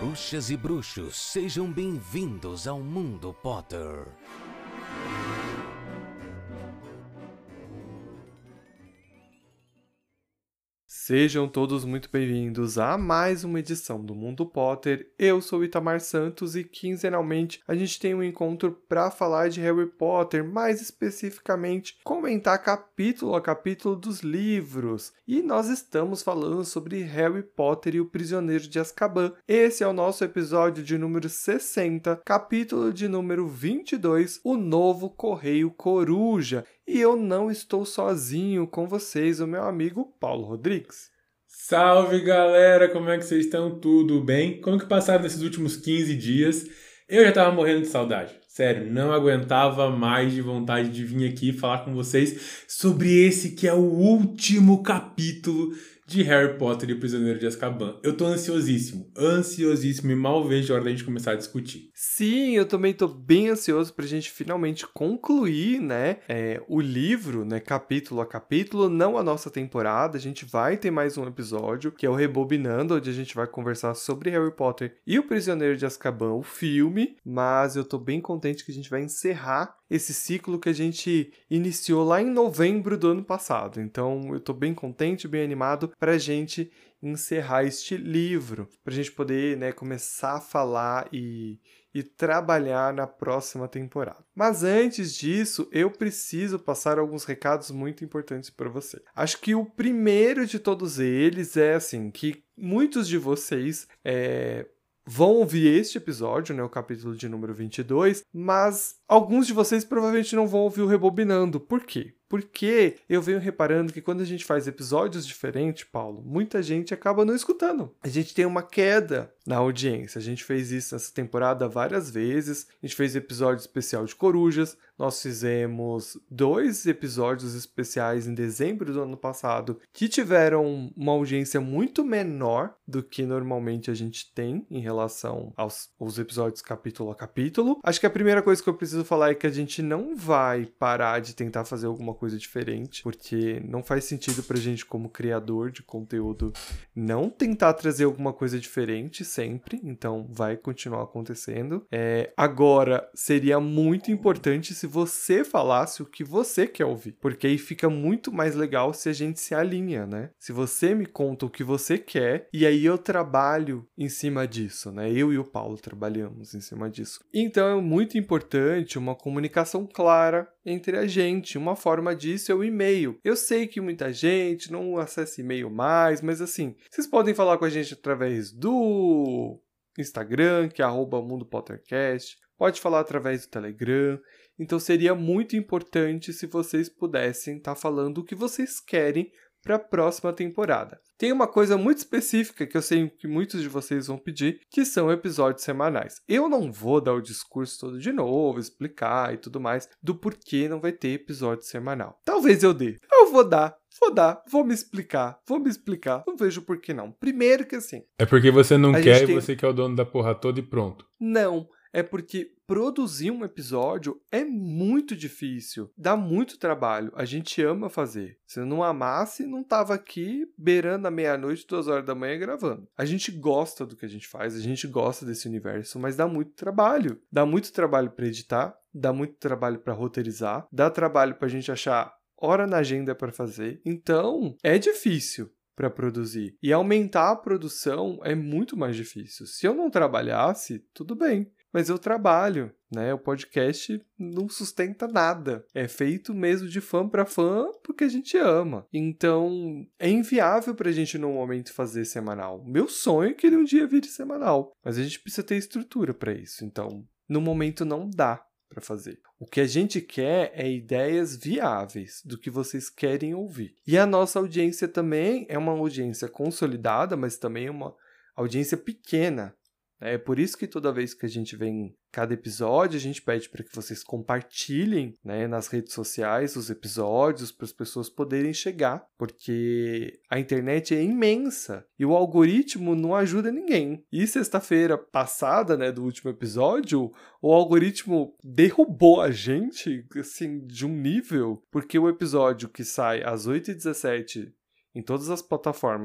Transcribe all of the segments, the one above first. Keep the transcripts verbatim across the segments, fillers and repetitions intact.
Bruxas e bruxos, sejam bem-vindos ao Mundo Potter. Sejam todos muito bem-vindos a mais uma edição do Mundo Potter. Eu sou o Itamar Santos e quinzenalmente a gente tem um encontro para falar de Harry Potter, mais especificamente comentar capítulo a capítulo dos livros. E nós estamos falando sobre Harry Potter e o Prisioneiro de Azkaban. Esse é o nosso episódio de número sessenta, capítulo de número vinte e dois, O Novo Correio Coruja. E eu não estou sozinho com vocês, o meu amigo Paulo Rodrigues. Salve, galera! Como é que vocês estão? Tudo bem? Como que passaram nesses últimos quinze dias? Eu já tava morrendo de saudade. Sério, não aguentava mais de vontade de vir aqui falar com vocês sobre esse que é o último capítulo de Harry Potter e o Prisioneiro de Azkaban. Eu tô ansiosíssimo, ansiosíssimo e mal vejo a hora da gente começar a discutir. Sim, eu também tô bem ansioso pra gente finalmente concluir, né, é, o livro, né, capítulo a capítulo, não a nossa temporada. A gente vai ter mais um episódio, que é o Rebobinando, onde a gente vai conversar sobre Harry Potter e o Prisioneiro de Azkaban, o filme, mas eu tô bem contente que a gente vai encerrar esse ciclo que a gente iniciou lá em novembro do ano passado. Então, eu tô bem contente, bem animado pra gente encerrar este livro, pra gente poder, né, começar a falar e, e trabalhar na próxima temporada. Mas antes disso, eu preciso passar alguns recados muito importantes para você. Acho que o primeiro de todos eles é, assim, que muitos de vocês é, vão ouvir este episódio, né, o capítulo de número vinte e dois, mas alguns de vocês provavelmente não vão ouvir o Rebobinando. Por quê? Porque eu venho reparando que quando a gente faz episódios diferentes, Paulo, muita gente acaba não escutando. A gente tem uma queda na audiência. A gente fez isso nessa temporada várias vezes. A gente fez episódio especial de Corujas. Nós fizemos dois episódios especiais em dezembro do ano passado que tiveram uma audiência muito menor do que normalmente a gente tem em relação aos, aos episódios capítulo a capítulo. Acho que a primeira coisa que eu preciso falar é que a gente não vai parar de tentar fazer alguma coisa diferente, porque não faz sentido pra gente, como criador de conteúdo, não tentar trazer alguma coisa diferente sempre. Então vai continuar acontecendo. É, agora, seria muito importante se você falasse o que você quer ouvir, porque aí fica muito mais legal se a gente se alinha, né? Se você me conta o que você quer, e aí eu trabalho em cima disso, né? Eu e o Paulo trabalhamos em cima disso. Então é muito importante uma comunicação clara entre a gente. Uma forma disso é o e-mail. Eu sei que muita gente não acessa e-mail mais, mas assim, vocês podem falar com a gente através do Instagram, que é arroba Mundo Pottercast, pode falar através do Telegram. Então seria muito importante se vocês pudessem estar falando o que vocês querem para a próxima temporada. Tem uma coisa muito específica que eu sei que muitos de vocês vão pedir, que são episódios semanais. Eu não vou dar o discurso todo de novo, explicar e tudo mais, do porquê não vai ter episódio semanal. Talvez eu dê. Eu vou dar. Vou dar, vou me explicar, vou me explicar. Não vejo por que não. Primeiro que assim... É porque você não quer e tem... você que é o dono da porra toda e pronto. Não. É porque produzir um episódio é muito difícil, dá muito trabalho, a gente ama fazer. Se eu não amasse, não tava aqui beirando a meia-noite, duas horas da manhã gravando. A gente gosta do que a gente faz, a gente gosta desse universo, mas dá muito trabalho. Dá muito trabalho para editar, dá muito trabalho para roteirizar, dá trabalho pra gente achar hora na agenda para fazer. Então, é difícil para produzir. E aumentar a produção é muito mais difícil. Se eu não trabalhasse, tudo bem. Mas eu trabalho, né? O podcast não sustenta nada. É feito mesmo de fã para fã porque a gente ama. Então, é inviável pra gente no momento fazer semanal. Meu sonho é que ele um dia vire semanal. Mas a gente precisa ter estrutura para isso. Então, no momento não dá para fazer. O que a gente quer é ideias viáveis do que vocês querem ouvir. E a nossa audiência também é uma audiência consolidada, mas também é uma audiência pequena. É por isso que toda vez que a gente vem cada episódio, a gente pede para que vocês compartilhem, né, nas redes sociais os episódios para as pessoas poderem chegar, porque a internet é imensa e o algoritmo não ajuda ninguém. E sexta-feira passada, né, do último episódio, o algoritmo derrubou a gente, assim, de um nível, porque o episódio que sai às oito e dezessete em todas as plataformas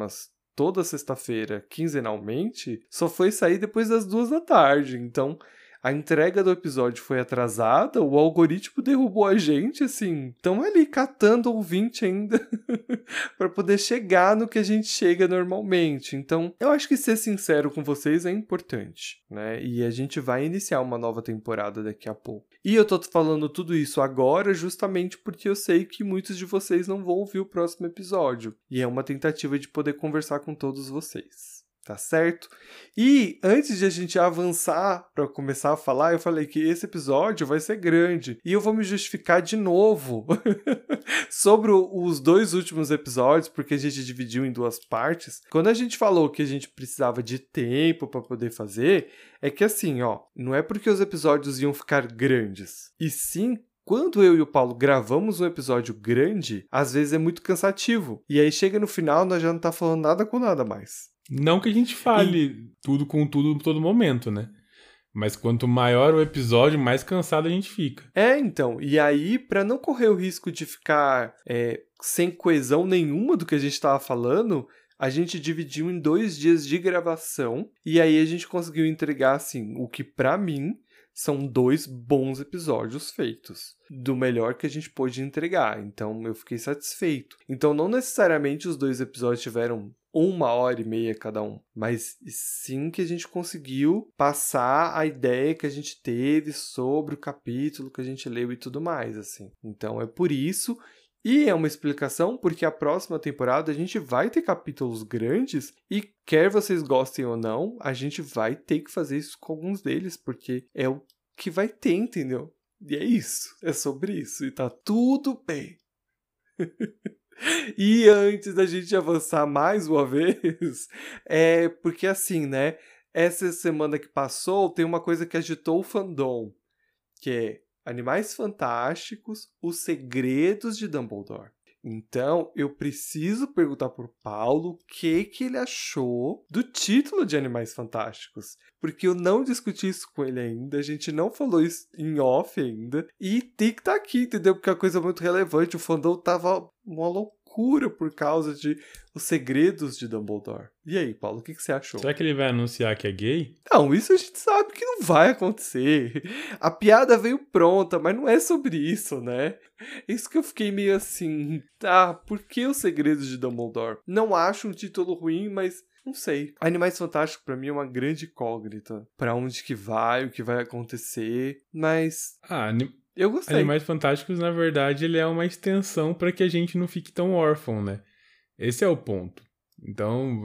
toda sexta-feira, quinzenalmente, só foi sair depois das duas da tarde. Então, a entrega do episódio foi atrasada, o algoritmo derrubou a gente, assim. Estão ali catando ouvinte ainda para poder chegar no que a gente chega normalmente. Então, eu acho que ser sincero com vocês é importante, né? E a gente vai iniciar uma nova temporada daqui a pouco. E eu tô falando tudo isso agora justamente porque eu sei que muitos de vocês não vão ouvir o próximo episódio. E é uma tentativa de poder conversar com todos vocês. Tá certo? E antes de a gente avançar para começar a falar, eu falei que esse episódio vai ser grande. E eu vou me justificar de novo sobre os dois últimos episódios, porque a gente dividiu em duas partes. Quando a gente falou que a gente precisava de tempo para poder fazer, é que assim, ó, não é porque os episódios iam ficar grandes, e sim quando eu e o Paulo gravamos um episódio grande, às vezes é muito cansativo. E aí chega no final, nós já não tá falando nada com nada mais. Não que a gente fale e... tudo com tudo todo momento, né? Mas quanto maior o episódio, mais cansado a gente fica. É, então. E aí, pra não correr o risco de ficar é, sem coesão nenhuma do que a gente tava falando, a gente dividiu em dois dias de gravação. E aí a gente conseguiu entregar, assim, o que pra mim são dois bons episódios feitos. Do melhor que a gente pôde entregar. Então, eu fiquei satisfeito. Então, não necessariamente os dois episódios tiveram uma hora e meia cada um, mas sim que a gente conseguiu passar a ideia que a gente teve sobre o capítulo que a gente leu e tudo mais, assim. Então é por isso, e é uma explicação porque a próxima temporada a gente vai ter capítulos grandes e quer vocês gostem ou não, a gente vai ter que fazer isso com alguns deles, porque é o que vai ter, entendeu? E é isso, é sobre isso, e tá tudo bem. E antes da gente avançar mais uma vez, é porque assim, né? Essa semana que passou tem uma coisa que agitou o fandom, que é Animais Fantásticos, Os Segredos de Dumbledore. Então, eu preciso perguntar pro Paulo o que, que ele achou do título de Animais Fantásticos. Porque eu não discuti isso com ele ainda, a gente não falou isso em off ainda. E tem que estar aqui, entendeu? Porque é uma coisa muito relevante. O fandom tava uma loucura por causa de Os Segredos de Dumbledore. E aí, Paulo, o que, que você achou? Será que ele vai anunciar que é gay? Não, isso a gente sabe que não vai acontecer. A piada veio pronta, mas não é sobre isso, né? Isso que eu fiquei meio assim, tá, por que Os Segredos de Dumbledore? Não acho um título ruim, mas não sei. Animais Fantásticos pra mim é uma grande incógnita. Pra onde que vai, o que vai acontecer, mas... Ah, anim... eu gostei. Animais Fantásticos, na verdade, ele é uma extensão pra que a gente não fique tão órfão, né? Esse é o ponto. Então,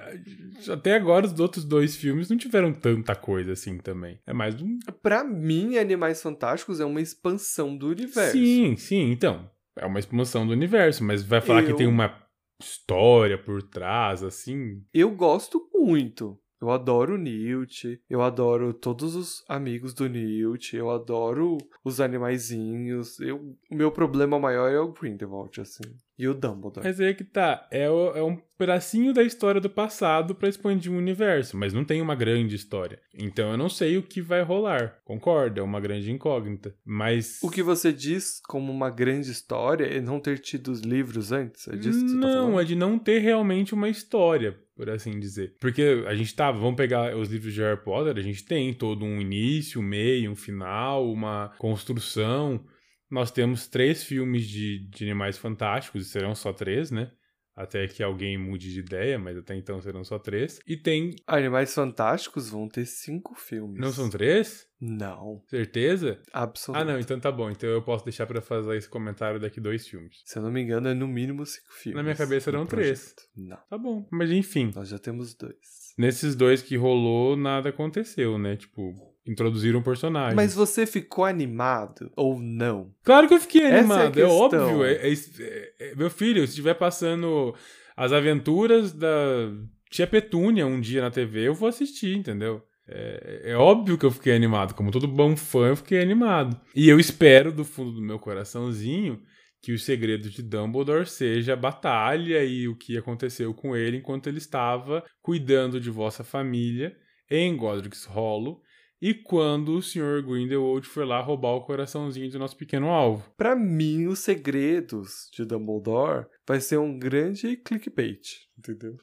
até agora os outros dois filmes não tiveram tanta coisa assim também. É mais um... Pra mim, Animais Fantásticos é uma expansão do universo. Sim, sim, então. É uma expansão do universo, mas vai falar eu... que tem uma história por trás, assim... Eu gosto muito. Eu adoro o Newt, eu adoro todos os amigos do Newt, eu adoro os animaizinhos. Eu, o meu problema maior é o Grindelwald, assim. E o Dumbledore. Mas aí que tá, é, o, é um pedacinho da história do passado pra expandir um universo, mas não tem uma grande história. Então eu não sei o que vai rolar. Concordo, é uma grande incógnita. Mas... O que você diz como uma grande história é não ter tido os livros antes? É disso que você não, tá falando? é de não ter realmente uma história, por assim dizer. Porque a gente tá, vamos pegar os livros de Harry Potter, a gente tem todo um início, um meio, um final, uma construção. Nós temos três filmes de, de Animais Fantásticos, e serão só três, né? Até que alguém mude de ideia, mas até então serão só três. E tem... Animais Fantásticos vão ter cinco filmes. Não são três? Não. Certeza? Absoluto. Ah, não, então tá bom. Então eu posso deixar pra fazer esse comentário daqui dois filmes. Se eu não me engano, é no mínimo cinco filmes. Na minha cabeça eram três. Não. Tá bom. Mas enfim. Nós já temos dois. Nesses dois que rolou, nada aconteceu, né? Tipo, introduziram um personagem. Mas você ficou animado ou não? Claro que eu fiquei Essa animado, é, é, a questão. óbvio. É, é, é, é, meu filho, se estiver passando as aventuras da Tia Petúnia um dia na T V, eu vou assistir, entendeu? É, é óbvio que eu fiquei animado. Como todo bom fã, eu fiquei animado. E eu espero, do fundo do meu coraçãozinho, que o segredo de Dumbledore seja a batalha e o que aconteceu com ele enquanto ele estava cuidando de vossa família em Godric's Hollow e quando o senhor Grindelwald foi lá roubar o coraçãozinho do nosso pequeno alvo. Pra mim, os segredos de Dumbledore vai ser um grande clickbait, entendeu?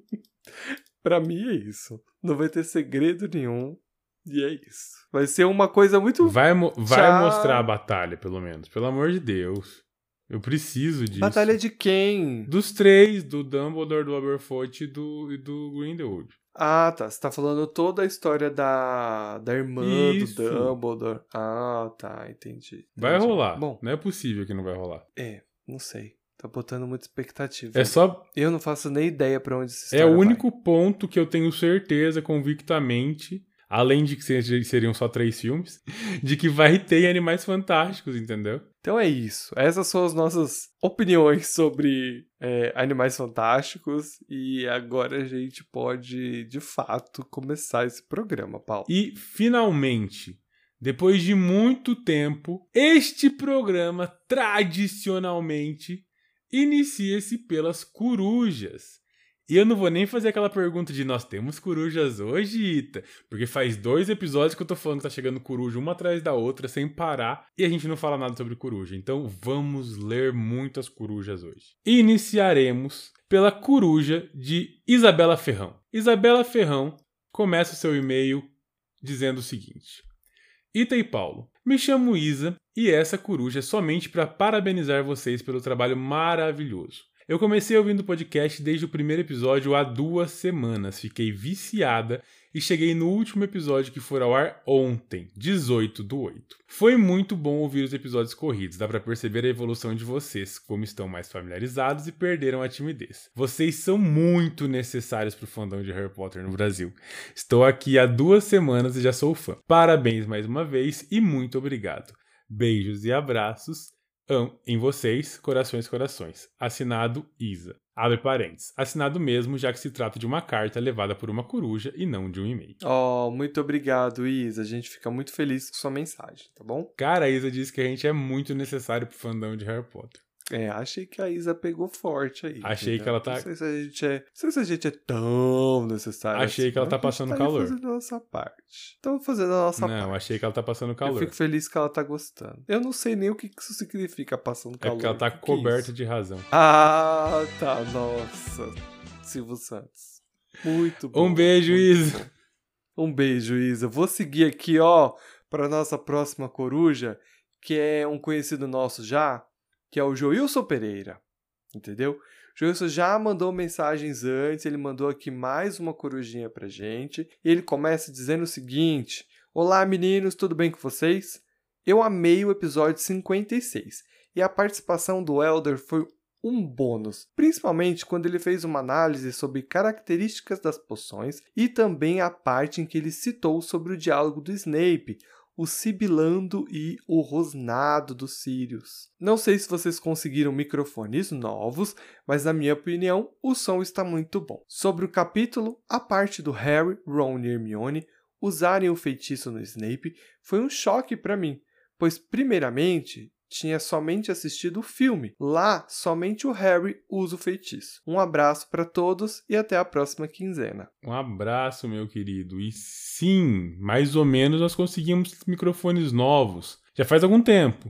Pra mim é isso. Não vai ter segredo nenhum. E é isso. Vai ser uma coisa muito... Vai, mo- vai Já- mostrar a batalha, pelo menos. Pelo amor de Deus. Eu preciso disso. Batalha de quem? Dos três, do Dumbledore, do Aberforth e do, e do Grindelwald. Ah, tá. Você tá falando toda a história da, da irmã Isso. do Dumbledore. Ah, tá. Entendi. Vai Entendi. rolar. Bom, Não é possível que não vai rolar. é. Não sei. Tá botando muita expectativa. É só... Eu não faço nem ideia pra onde essa É história o vai. único ponto que eu tenho certeza, convictamente, além de que seja- seriam só três filmes, de que vai ter Animais Fantásticos, entendeu? Então é isso. Essas são as nossas opiniões sobre é, Animais Fantásticos. E agora a gente pode, de fato, começar esse programa, Paulo. E, finalmente, depois de muito tempo, este programa, tradicionalmente, inicia-se pelas corujas. E eu não vou nem fazer aquela pergunta de nós temos corujas hoje, Ita? Porque faz dois episódios que eu tô falando que tá chegando coruja uma atrás da outra, sem parar, e a gente não fala nada sobre coruja. Então vamos ler muitas corujas hoje. Iniciaremos pela coruja de Isabela Ferrão. Isabela Ferrão começa o seu e-mail dizendo o seguinte: Ita e Paulo, me chamo Isa e essa coruja é somente para parabenizar vocês pelo trabalho maravilhoso. Eu comecei ouvindo o podcast desde o primeiro episódio há duas semanas, fiquei viciada e cheguei no último episódio que foi ao ar ontem, dezoito do oito. Foi muito bom ouvir os episódios corridos, dá pra perceber a evolução de vocês, como estão mais familiarizados e perderam a timidez. Vocês são muito necessários pro fandom de Harry Potter no Brasil. Estou aqui há duas semanas e já sou fã. Parabéns mais uma vez e muito obrigado. Beijos e abraços. Amo em vocês, corações, corações. Assinado Isa. Abre parênteses. Assinado mesmo, já que se trata de uma carta levada por uma coruja e não de um e-mail. Oh, muito obrigado, Isa. A gente fica muito feliz com sua mensagem, tá bom? Cara, a Isa disse que a gente é muito necessário pro fandom de Harry Potter. É, achei que a Isa pegou forte aí. Achei entendeu? que ela tá- Não sei se a gente é, não sei se a gente é tão necessário. Achei assim, que ela mas tá a gente passando tá calor. fazendo a nossa parte. Estamos fazendo a nossa parte. Não, achei que ela tá passando Eu calor. fico feliz que ela tá gostando. Eu não sei nem o que isso significa passando É calor. porque ela tá O que que é coberta isso? de razão. Ah, tá. Nossa. Silvio Santos. Muito bom. Um beijo, muito Isa. bom. Um beijo, Isa. Vou seguir aqui, ó, pra nossa próxima coruja, que é um conhecido nosso já, que é o Joilson Pereira. Entendeu? O Joilson já mandou mensagens antes, ele mandou aqui mais uma corujinha pra gente. E ele começa dizendo o seguinte: Olá, meninos, tudo bem com vocês? Eu amei o episódio cinquenta e seis. E a participação do Elder foi um bônus, principalmente quando ele fez uma análise sobre características das poções e também a parte em que ele citou sobre o diálogo do Snape, o sibilando e o rosnado dos Sirius. Não sei se vocês conseguiram microfones novos, mas na minha opinião, o som está muito bom. Sobre o capítulo, a parte do Harry, Ron e Hermione usarem o feitiço no Snape foi um choque para mim, pois primeiramente tinha somente assistido o filme. Lá, somente o Harry usa o feitiço. Um abraço para todos e até a próxima quinzena. Um abraço, meu querido. E sim, mais ou menos nós conseguimos microfones novos. Já faz algum tempo,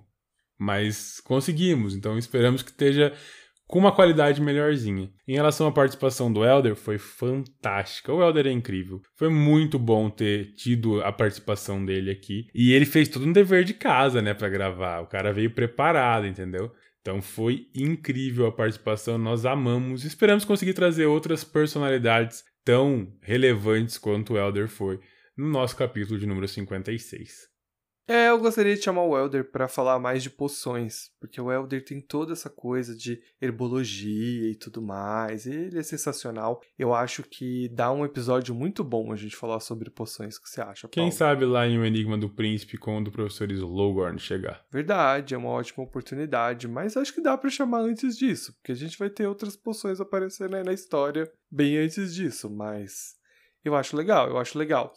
mas conseguimos. Então esperamos que esteja com uma qualidade melhorzinha. Em relação à participação do Elder, foi fantástica. O Elder é incrível. Foi muito bom ter tido a participação dele aqui. E ele fez todo um dever de casa, né, pra gravar. O cara veio preparado, entendeu? Então foi incrível a participação, nós amamos. Esperamos conseguir trazer outras personalidades tão relevantes quanto o Elder foi no nosso capítulo de número cinquenta e seis. É, eu gostaria de chamar o Elder para falar mais de poções, porque o Elder tem toda essa coisa de herbologia e tudo mais, ele é sensacional. Eu acho que dá um episódio muito bom a gente falar sobre poções. O que você acha, Paulo? Quem sabe lá em O Enigma do Príncipe, quando o professor Slughorn chegar. Verdade, é uma ótima oportunidade, mas acho que dá para chamar antes disso, porque a gente vai ter outras poções aparecendo aí na história bem antes disso, mas eu acho legal, eu acho legal.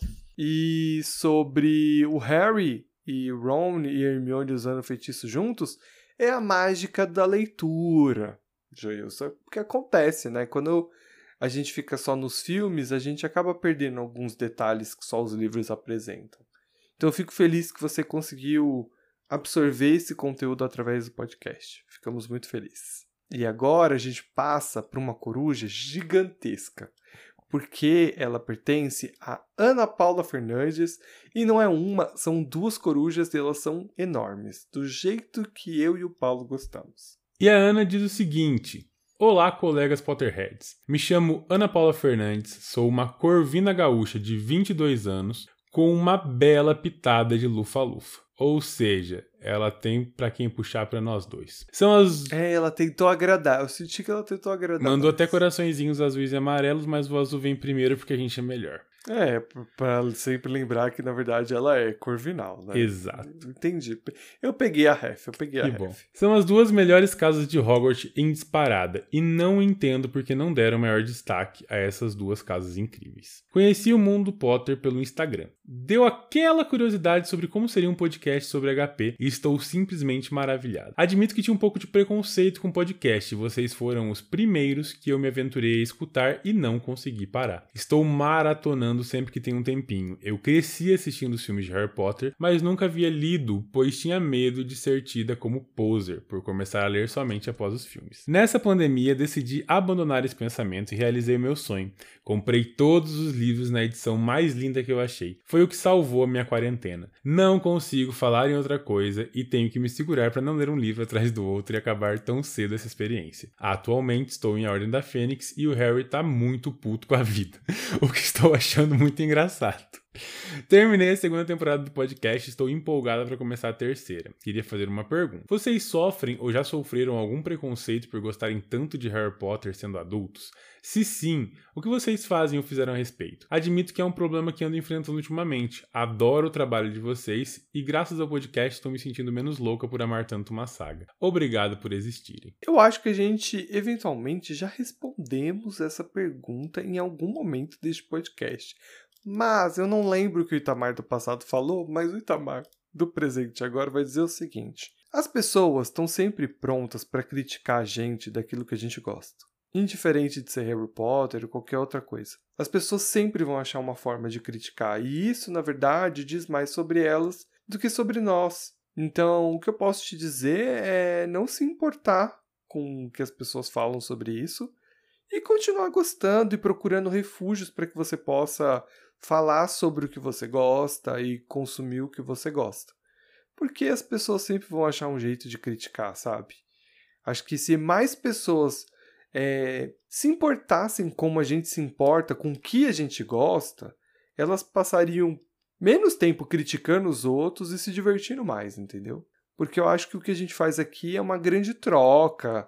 E sobre o Harry e Ron e Hermione usando o feitiço juntos, é a mágica da leitura, Joilson. Porque acontece, né? Quando a gente fica só nos filmes, a gente acaba perdendo alguns detalhes que só os livros apresentam. Então eu fico feliz que você conseguiu absorver esse conteúdo através do podcast. Ficamos muito felizes. E agora a gente passa para uma coruja gigantesca, porque ela pertence a Ana Paula Fernandes, e não é uma, são duas corujas e elas são enormes, do jeito que eu e o Paulo gostamos. E a Ana diz o seguinte: olá, colegas Potterheads. Me chamo Ana Paula Fernandes, sou uma corvina gaúcha de vinte e dois anos, com uma bela pitada de lufa-lufa. Ou seja, ela tem pra quem puxar pra nós dois. São as... É, ela tentou agradar. Eu senti que ela tentou agradar. Mandou nós. até coraçõezinhos azuis e amarelos, mas o azul vem primeiro porque a gente é melhor. É, pra sempre lembrar que, na verdade, ela é corvinal, né? Exato. Entendi. Eu peguei a ref, eu peguei a Que ref. bom. São as duas melhores casas de Hogwarts em disparada, e não entendo porque não deram maior destaque a essas duas casas incríveis. Conheci o mundo Potter pelo Instagram. Deu aquela curiosidade sobre como seria um podcast sobre H P e estou simplesmente maravilhado. Admito que tinha um pouco de preconceito com podcast, e vocês foram os primeiros que eu me aventurei a escutar e não consegui parar. Estou maratonando sempre que tem um tempinho. Eu cresci assistindo os filmes de Harry Potter, mas nunca havia lido, pois tinha medo de ser tida como poser, por começar a ler somente após os filmes. Nessa pandemia, decidi abandonar esse pensamento e realizei o meu sonho. Comprei todos os livros na edição mais linda que eu achei. Foi o que salvou a minha quarentena. Não consigo falar em outra coisa e tenho que me segurar para não ler um livro atrás do outro e acabar tão cedo essa experiência. Atualmente estou em A Ordem da Fênix e o Harry tá muito puto com a vida, o que estou achando muito engraçado. Terminei a segunda temporada do podcast e estou empolgada para começar a terceira. Queria fazer uma pergunta. Vocês sofrem ou já sofreram algum preconceito por gostarem tanto de Harry Potter sendo adultos? Se sim, o que vocês fazem ou fizeram a respeito? Admito que é um problema que ando enfrentando ultimamente. Adoro o trabalho de vocês e graças ao podcast estou me sentindo menos louca por amar tanto uma saga. Obrigado por existirem. Eu acho que a gente, eventualmente, já respondemos essa pergunta em algum momento deste podcast. Mas eu não lembro o que o Itamar do passado falou, mas o Itamar do presente agora vai dizer o seguinte: as pessoas estão sempre prontas para criticar a gente daquilo que a gente gosta. Indiferente de ser Harry Potter ou qualquer outra coisa. As pessoas sempre vão achar uma forma de criticar, e isso, na verdade, diz mais sobre elas do que sobre nós. Então, o que eu posso te dizer é não se importar com o que as pessoas falam sobre isso e continuar gostando e procurando refúgios para que você possa falar sobre o que você gosta e consumir o que você gosta. Porque as pessoas sempre vão achar um jeito de criticar, sabe? Acho que se mais pessoas é, se importassem como a gente se importa com o que a gente gosta, elas passariam menos tempo criticando os outros e se divertindo mais, entendeu? Porque eu acho que o que a gente faz aqui é uma grande troca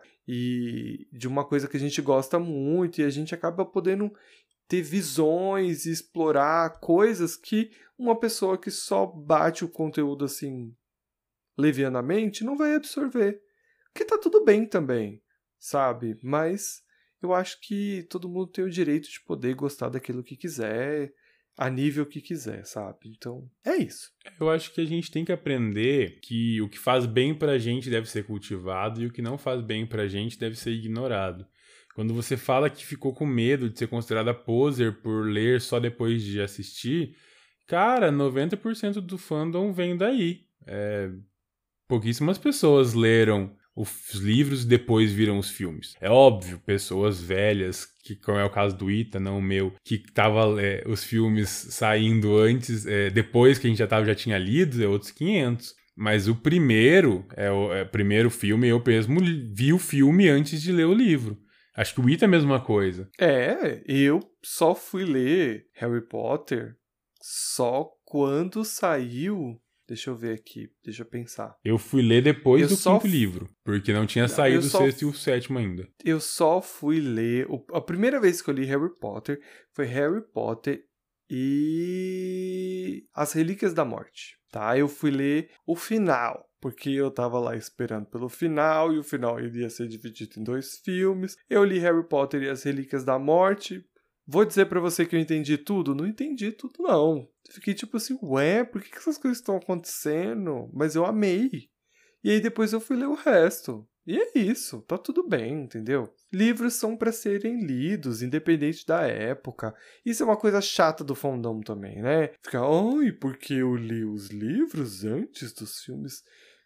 e de uma coisa que a gente gosta muito, e a gente acaba podendo ter visões e explorar coisas que uma pessoa que só bate o conteúdo assim levianamente não vai absorver. Porque tá tudo bem também, sabe? Mas eu acho que todo mundo tem o direito de poder gostar daquilo que quiser, a nível que quiser, sabe? Então, é isso. Eu acho que a gente tem que aprender que o que faz bem pra gente deve ser cultivado e o que não faz bem pra gente deve ser ignorado. Quando você fala que ficou com medo de ser considerada poser por ler só depois de assistir, cara, noventa por cento do fandom vem daí. É, pouquíssimas pessoas leram os livros e depois viram os filmes. É óbvio, pessoas velhas, que, como é o caso do Ita, não o meu, que tava é, os filmes saindo antes, é, depois que a gente já, tava, já tinha lido, é outros quinhentos. Mas o primeiro, é o é, primeiro filme, eu mesmo vi o filme antes de ler o livro. Acho que o Ita é a mesma coisa. É, eu só fui ler Harry Potter só quando saiu... Deixa eu ver aqui, deixa eu pensar. Eu fui ler depois eu do só quinto f... livro, porque não tinha não, saído só... o sexto e o sétimo ainda. Eu só fui ler... A primeira vez que eu li Harry Potter foi Harry Potter e As Relíquias da Morte, tá? Eu fui ler o final, porque eu tava lá esperando pelo final, e o final iria ser dividido em dois filmes. Eu li Harry Potter e As Relíquias da Morte. Vou dizer pra você que eu entendi tudo? Não entendi tudo, não. Fiquei tipo assim, ué, por que, que essas coisas estão acontecendo? Mas eu amei. E aí depois eu fui ler o resto. E é isso, tá tudo bem, entendeu? Livros são para serem lidos, independente da época. Isso é uma coisa chata do fandom também, né? Ficar, ai, porque eu li os livros antes dos filmes?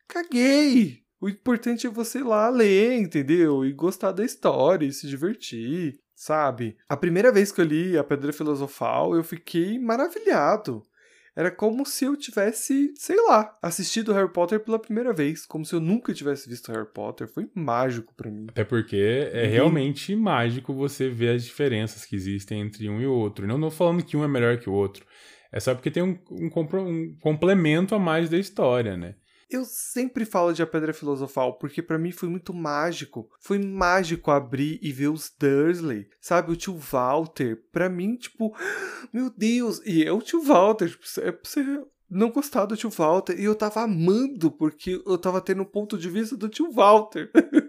Caguei! O importante é você ir lá ler, entendeu? E gostar da história e se divertir, sabe? A primeira vez que eu li A Pedra Filosofal, eu fiquei maravilhado. Era como se eu tivesse, sei lá, assistido Harry Potter pela primeira vez. Como se eu nunca tivesse visto Harry Potter. Foi mágico pra mim. Até porque é realmente mágico você ver as diferenças que existem entre um e o outro. Não estou falando que um é melhor que o outro. É só porque tem um, um, um complemento a mais da história, né? Eu sempre falo de A Pedra Filosofal, porque pra mim foi muito mágico. Foi mágico abrir e ver os Dursley, sabe? O tio Walter. Pra mim, tipo, meu Deus. E é o tio Walter, tipo, é pra você não gostar do tio Walter. E eu tava amando, porque eu tava tendo o ponto de vista do tio Walter.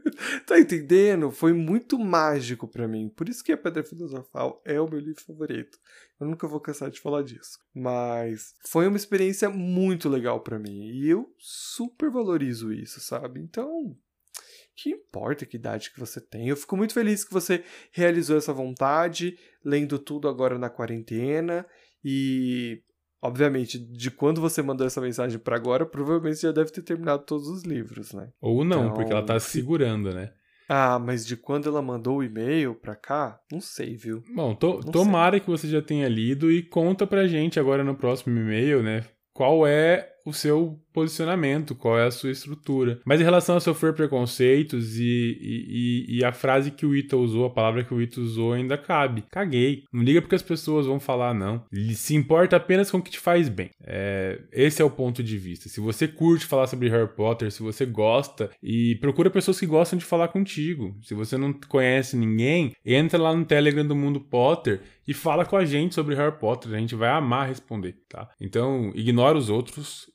Tá entendendo? Foi muito mágico pra mim. Por isso que A Pedra Filosofal é o meu livro favorito. Eu nunca vou cansar de falar disso. Mas foi uma experiência muito legal pra mim. E eu super valorizo isso, sabe? Então, que importa que idade que você tem. Eu fico muito feliz que você realizou essa vontade, lendo tudo agora na quarentena. E, obviamente, de quando você mandou essa mensagem pra agora, provavelmente você já deve ter terminado todos os livros, né? Ou não, então, porque ela tá se segurando, né? Ah, mas de quando ela mandou o e-mail pra cá, não sei, viu? Bom, to tomara sei. que você já tenha lido e conta pra gente agora no próximo e-mail, né? Qual é o seu posicionamento, qual é a sua estrutura. Mas em relação a sofrer preconceitos e, e, e a frase que o Ita usou, a palavra que o Ita usou ainda cabe. Caguei. Não liga porque as pessoas vão falar, não. Ele se importa apenas com o que te faz bem. É, esse é o ponto de vista. Se você curte falar sobre Harry Potter, se você gosta, e procura pessoas que gostam de falar contigo. Se você não conhece ninguém, entra lá no Telegram do Mundo Potter e fala com a gente sobre Harry Potter. A gente vai amar responder, tá? Então, ignora os outros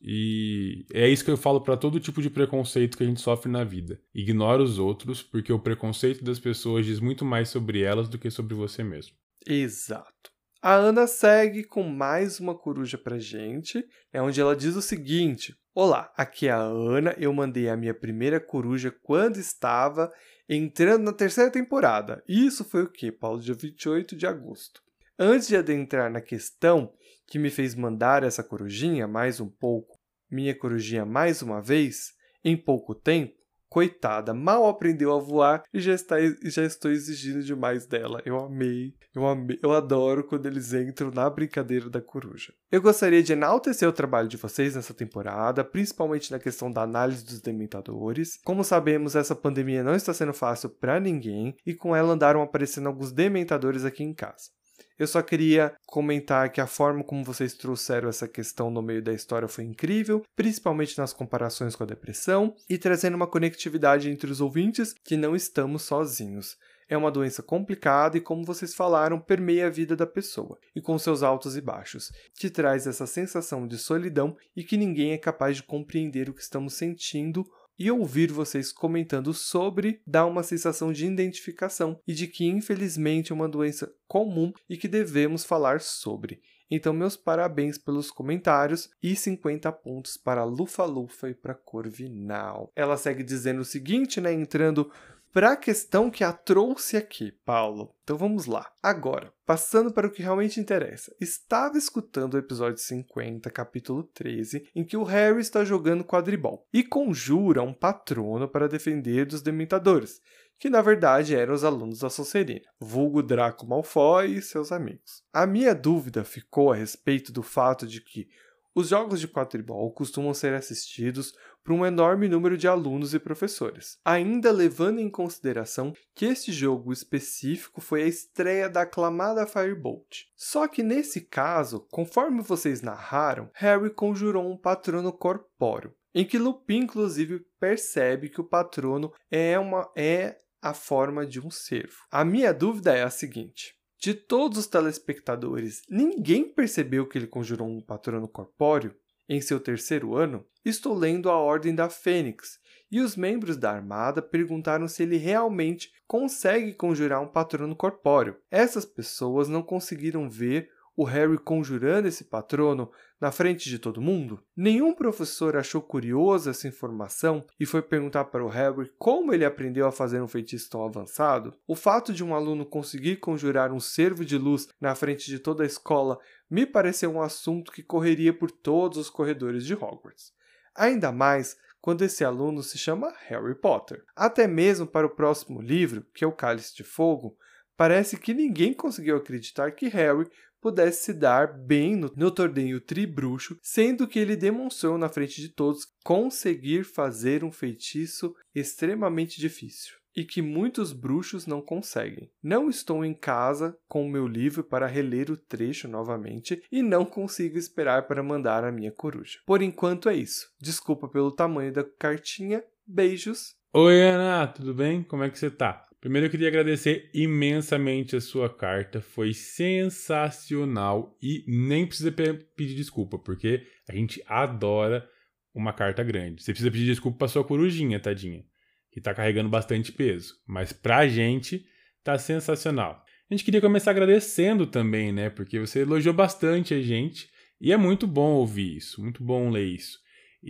e é isso que eu falo para todo tipo de preconceito que a gente sofre na vida. Ignora os outros, porque o preconceito das pessoas diz muito mais sobre elas do que sobre você mesmo. Exato. A Ana segue com mais uma coruja pra gente, é onde ela diz o seguinte: olá, aqui é a Ana, eu mandei a minha primeira coruja quando estava entrando na terceira temporada. Isso foi o quê, Paulo? Dia vinte e oito de agosto. Antes de adentrar na questão que me fez mandar essa corujinha mais um pouco, minha corujinha mais uma vez, em pouco tempo, coitada, mal aprendeu a voar e já, está, já estou exigindo demais dela. Eu amei, eu amei, eu adoro quando eles entram na brincadeira da coruja. Eu gostaria de enaltecer o trabalho de vocês nessa temporada, principalmente na questão da análise dos dementadores. Como sabemos, essa pandemia não está sendo fácil para ninguém e com ela andaram aparecendo alguns dementadores aqui em casa. Eu só queria comentar que a forma como vocês trouxeram essa questão no meio da história foi incrível, principalmente nas comparações com a depressão, e trazendo uma conectividade entre os ouvintes que não estamos sozinhos. É uma doença complicada e, como vocês falaram, permeia a vida da pessoa, e com seus altos e baixos, que traz essa sensação de solidão e que ninguém é capaz de compreender o que estamos sentindo. E ouvir vocês comentando sobre dá uma sensação de identificação e de que, infelizmente, é uma doença comum e que devemos falar sobre. Então, meus parabéns pelos comentários e cinquenta pontos para Lufa Lufa e para Corvinal. Ela segue dizendo o seguinte, né, entrando para a questão que a trouxe aqui, Paulo. Então vamos lá. Agora, passando para o que realmente interessa. Estava escutando o episódio cinquenta, capítulo treze, em que o Harry está jogando quadribol e conjura um patrono para defender dos dementadores, que na verdade eram os alunos da Sonserina, vulgo Draco Malfoy e seus amigos. A minha dúvida ficou a respeito do fato de que os jogos de quadribol costumam ser assistidos por um enorme número de alunos e professores, ainda levando em consideração que este jogo específico foi a estreia da aclamada Firebolt. Só que nesse caso, conforme vocês narraram, Harry conjurou um patrono corpóreo, em que Lupin inclusive percebe que o patrono é, uma, é a forma de um cervo. A minha dúvida é a seguinte: de todos os telespectadores, ninguém percebeu que ele conjurou um patrono corpóreo? Em seu terceiro ano, estou lendo A Ordem da Fênix, e os membros da Armada perguntaram se ele realmente consegue conjurar um patrono corpóreo. Essas pessoas não conseguiram ver o Harry conjurando esse patrono na frente de todo mundo? Nenhum professor achou curiosa essa informação e foi perguntar para o Harry como ele aprendeu a fazer um feitiço tão avançado? O fato de um aluno conseguir conjurar um cervo de luz na frente de toda a escola me pareceu um assunto que correria por todos os corredores de Hogwarts. Ainda mais quando esse aluno se chama Harry Potter. Até mesmo para o próximo livro, que é o Cálice de Fogo, parece que ninguém conseguiu acreditar que Harry pudesse se dar bem no, no torneio tribruxo, sendo que ele demonstrou na frente de todos conseguir fazer um feitiço extremamente difícil e que muitos bruxos não conseguem. Não estou em casa com o meu livro para reler o trecho novamente e não consigo esperar para mandar a minha coruja. Por enquanto é isso. Desculpa pelo tamanho da cartinha. Beijos. Oi, Ana, tudo bem? Como é que você tá? Primeiro eu queria agradecer imensamente a sua carta, foi sensacional e nem precisa pe- pedir desculpa, porque a gente adora uma carta grande. Você precisa pedir desculpa pra sua corujinha, tadinha, que tá carregando bastante peso, mas pra gente tá sensacional. A gente queria começar agradecendo também, né, porque você elogiou bastante a gente e é muito bom ouvir isso, muito bom ler isso.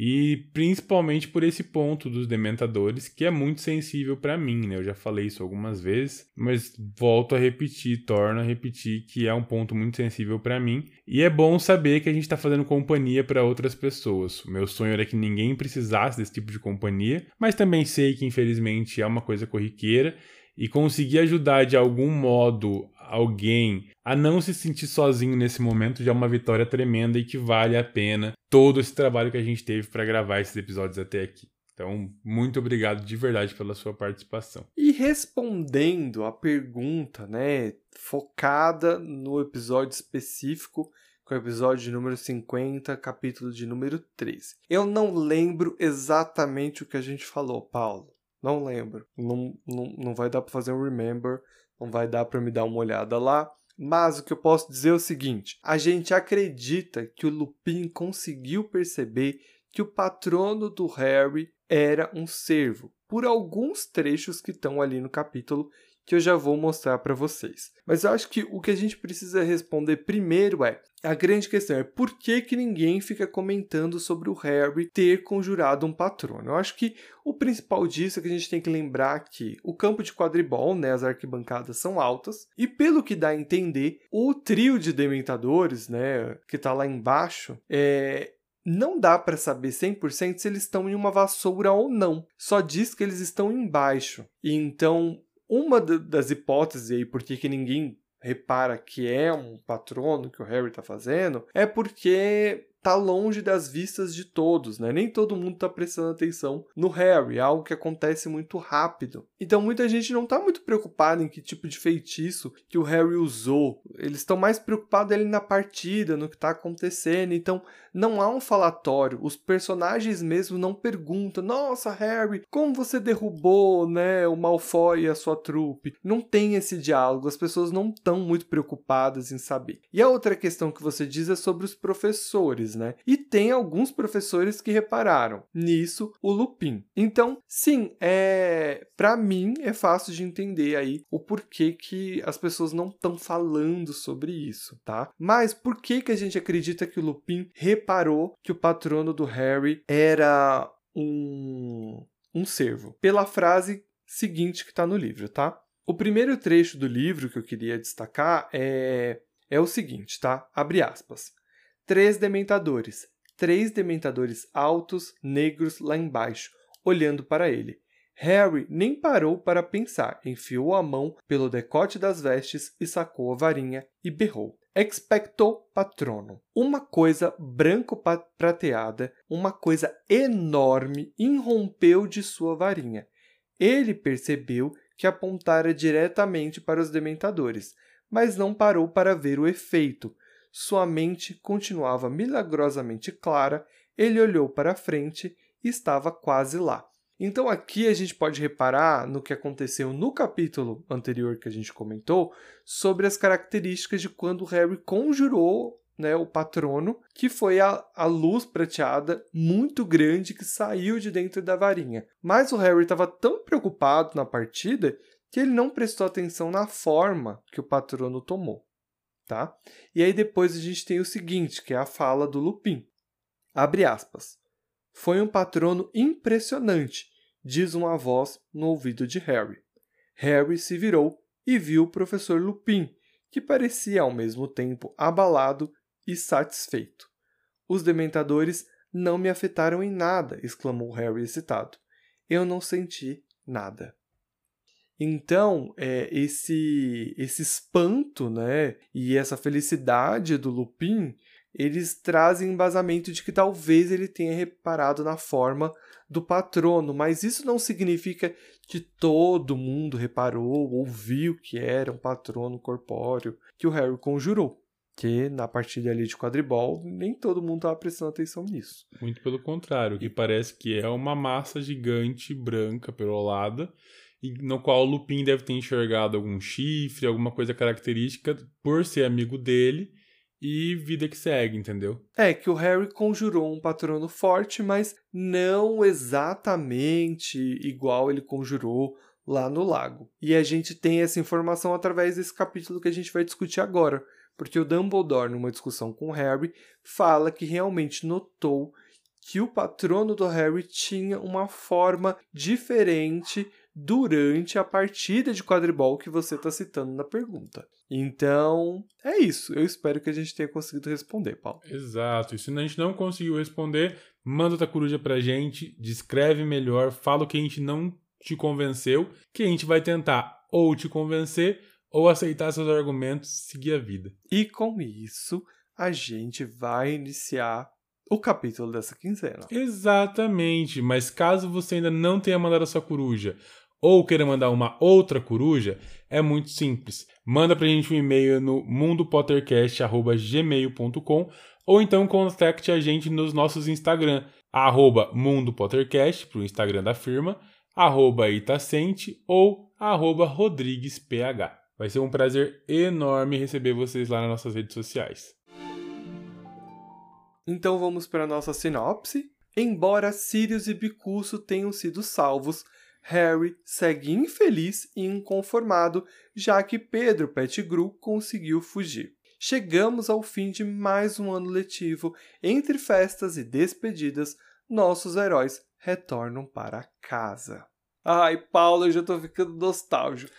E principalmente por esse ponto dos dementadores, que é muito sensível para mim, né? Eu já falei isso algumas vezes, mas volto a repetir, torno a repetir que é um ponto muito sensível para mim. E é bom saber que a gente está fazendo companhia para outras pessoas. O meu sonho era que ninguém precisasse desse tipo de companhia, mas também sei que infelizmente é uma coisa corriqueira. E conseguir ajudar de algum modo alguém a não se sentir sozinho nesse momento já é uma vitória tremenda e que vale a pena todo esse trabalho que a gente teve para gravar esses episódios até aqui. Então, muito obrigado de verdade pela sua participação. E respondendo a pergunta, né, focada no episódio específico, que é o episódio de número cinquenta, capítulo de número treze. Eu não lembro exatamente o que a gente falou, Paulo. Não lembro. Não, não, não vai dar para fazer um remember, não vai dar para me dar uma olhada lá. Mas o que eu posso dizer é o seguinte: a gente acredita que o Lupin conseguiu perceber que o patrono do Harry era um cervo, por alguns trechos que estão ali no capítulo que eu já vou mostrar para vocês. Mas eu acho que o que a gente precisa responder primeiro é, a grande questão é por que que ninguém fica comentando sobre o Harry ter conjurado um patrono? Eu acho que o principal disso é que a gente tem que lembrar que o campo de quadribol, né, as arquibancadas são altas, e pelo que dá a entender, o trio de dementadores, né, que tá lá embaixo, é... não dá para saber cem por cento se eles estão em uma vassoura ou não. Só diz que eles estão embaixo. E então, uma das hipóteses aí por que ninguém repara que é um patrono que o Harry está fazendo é porque tá longe das vistas de todos, né? Nem todo mundo tá prestando atenção no Harry, algo que acontece muito rápido. Então muita gente não tá muito preocupada em que tipo de feitiço que o Harry usou. Eles estão mais preocupados ali na partida, no que tá acontecendo. Então não há um falatório. Os personagens mesmo não perguntam: nossa, Harry, como você derrubou, né, o Malfoy e a sua trupe? Não tem esse diálogo. As pessoas não estão muito preocupadas em saber. E a outra questão que você diz é sobre os professores, né? E tem alguns professores que repararam nisso o Lupin. Então, sim, é para mim é fácil de entender aí o porquê que as pessoas não estão falando sobre isso, tá? Mas por que que a gente acredita que o Lupin reparou que o patrono do Harry era um um cervo? Pela frase seguinte que está no livro, tá? O primeiro trecho do livro que eu queria destacar é é o seguinte, tá? Abre aspas. Três dementadores, três dementadores altos, negros lá embaixo, olhando para ele. Harry nem parou para pensar, enfiou a mão pelo decote das vestes e sacou a varinha e berrou. Expecto Patronum. Uma coisa branco-prateada, uma coisa enorme, irrompeu de sua varinha. Ele percebeu que apontara diretamente para os dementadores, mas não parou para ver o efeito. Sua mente continuava milagrosamente clara, ele olhou para a frente e estava quase lá. Então aqui a gente pode reparar no que aconteceu no capítulo anterior que a gente comentou sobre as características de quando Harry conjurou, né, o patrono, que foi a, a luz prateada muito grande que saiu de dentro da varinha. Mas o Harry estava tão preocupado na partida que ele não prestou atenção na forma que o patrono tomou. tá? E aí depois a gente tem o seguinte, que é a fala do Lupin. Abre aspas. Foi um patrono impressionante, diz uma voz no ouvido de Harry. Harry se virou e viu o professor Lupin, que parecia ao mesmo tempo abalado e satisfeito. Os dementadores não me afetaram em nada, exclamou Harry excitado. Eu não senti nada. Então, é, esse, esse espanto, né, e essa felicidade do Lupin, eles trazem embasamento de que talvez ele tenha reparado na forma do patrono, mas isso não significa que todo mundo reparou ou viu que era um patrono corpóreo que o Harry conjurou. Que na partida ali de quadribol, nem todo mundo estava prestando atenção nisso. Muito pelo contrário, que parece que é uma massa gigante, branca, perolada, e no qual o Lupin deve ter enxergado algum chifre, alguma coisa característica por ser amigo dele, e vida que segue, entendeu? É, que o Harry conjurou um patrono forte, mas não exatamente igual ele conjurou lá no lago. E a gente tem essa informação através desse capítulo que a gente vai discutir agora, porque o Dumbledore, numa discussão com o Harry, fala que realmente notou que o patrono do Harry tinha uma forma diferente durante a partida de quadribol que você está citando na pergunta. Então, é isso. Eu espero que a gente tenha conseguido responder, Paulo. Exato. E se a gente não conseguiu responder, manda outra coruja pra gente, descreve melhor, fala o que a gente não te convenceu, que a gente vai tentar ou te convencer ou aceitar seus argumentos e seguir a vida. E com isso, a gente vai iniciar o capítulo dessa quinzena. Exatamente, mas caso você ainda não tenha mandado a sua coruja ou queira mandar uma outra coruja, é muito simples. Manda pra gente um e-mail no mundopottercast arroba gmail ponto com ou então contacte a gente nos nossos Instagram, arroba mundopottercast, pro Instagram da firma, arroba itacente ou arroba rodriguesph. Vai ser um prazer enorme receber vocês lá nas nossas redes sociais. Então vamos para a nossa sinopse. Embora Sirius e Bicuço tenham sido salvos, Harry segue infeliz e inconformado, já que Pedro Pettigrew conseguiu fugir. Chegamos ao fim de mais um ano letivo. Entre festas e despedidas, nossos heróis retornam para casa. Ai, Paulo, eu já tô ficando nostálgico.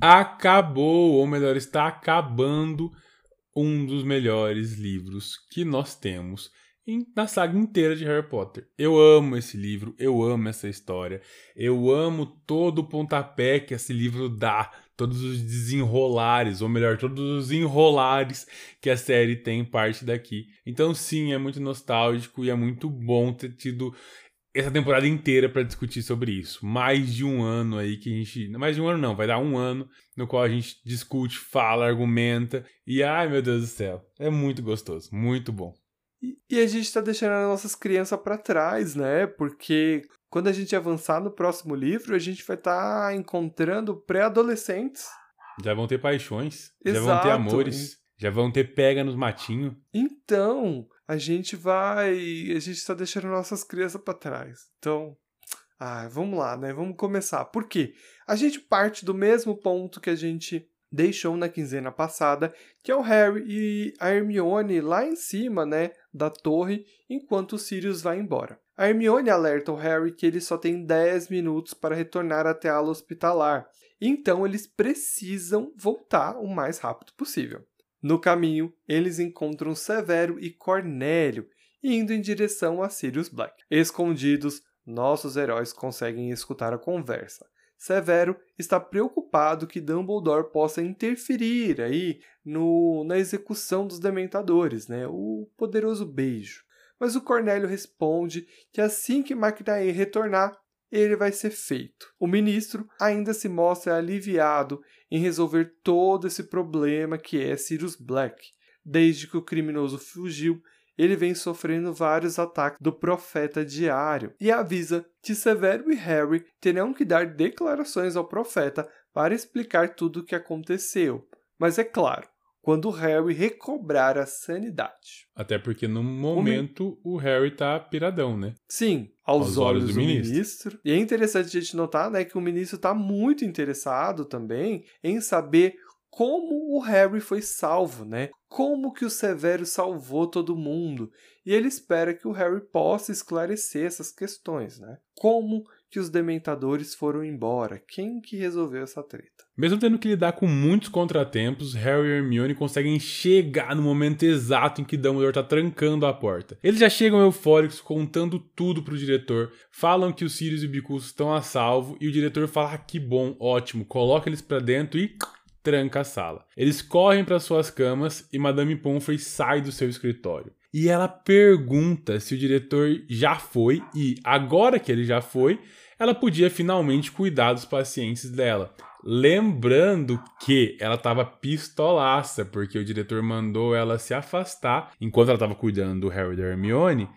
Acabou, ou melhor, está acabando um dos melhores livros que nós temos na saga inteira de Harry Potter. Eu amo esse livro, eu amo essa história, eu amo todo o pontapé que esse livro dá, todos os desenrolares, ou melhor, todos os enrolares que a série tem parte daqui. Então sim, é muito nostálgico e é muito bom ter tido essa temporada inteira para discutir sobre isso. Mais de um ano aí que a gente... Mais de um ano não, vai dar um ano no qual a gente discute, fala, argumenta. E ai meu Deus do céu, é muito gostoso, muito bom. E, e a gente tá deixando as nossas crianças para trás, né? Porque quando a gente avançar no próximo livro, a gente vai estar tá encontrando pré-adolescentes. Já vão ter paixões, Exato. Já vão ter amores, já vão ter pega nos matinhos. Então, a gente vai... A gente tá deixando nossas crianças para trás. Então, ah, vamos lá, né? Vamos começar. Por quê? A gente parte do mesmo ponto que a gente deixou na quinzena passada, que é o Harry e a Hermione lá em cima, né, da torre, enquanto o Sirius vai embora. A Hermione alerta o Harry que ele só tem dez minutos para retornar até a ala hospitalar, então eles precisam voltar o mais rápido possível. No caminho, eles encontram Severo e Cornélio, indo em direção a Sirius Black. Escondidos, nossos heróis conseguem escutar a conversa. Severo está preocupado que Dumbledore possa interferir aí no, na execução dos Dementadores, né? O poderoso beijo. Mas o Cornélio responde que assim que McNair retornar, ele vai ser feito. O ministro ainda se mostra aliviado em resolver todo esse problema que é Sirius Black. Desde que o criminoso fugiu, ele vem sofrendo vários ataques do profeta diário e avisa que Severo e Harry terão que dar declarações ao profeta para explicar tudo o que aconteceu. Mas é claro, quando Harry recobrar a sanidade. Até porque no momento o, o Harry tá piradão, né? Sim, aos, aos olhos, olhos do, do ministro. ministro. E é interessante a gente notar, né, que o ministro está muito interessado também em saber como o Harry foi salvo, né? Como que o Severo salvou todo mundo? E ele espera que o Harry possa esclarecer essas questões, né? Como que os Dementadores foram embora? Quem que resolveu essa treta? Mesmo tendo que lidar com muitos contratempos, Harry e Hermione conseguem chegar no momento exato em que Dumbledore tá trancando a porta. Eles já chegam eufóricos, contando tudo pro diretor, falam que os Sirius e o Bicurso estão a salvo, e o diretor fala, ah, que bom, ótimo, coloca eles pra dentro e tranca a sala. Eles correm para suas camas e Madame Pomfrey sai do seu escritório. E ela pergunta se o diretor já foi e, agora que ele já foi, ela podia finalmente cuidar dos pacientes dela. Lembrando que ela estava pistolaça, porque o diretor mandou ela se afastar enquanto ela estava cuidando do Harry e da Hermione,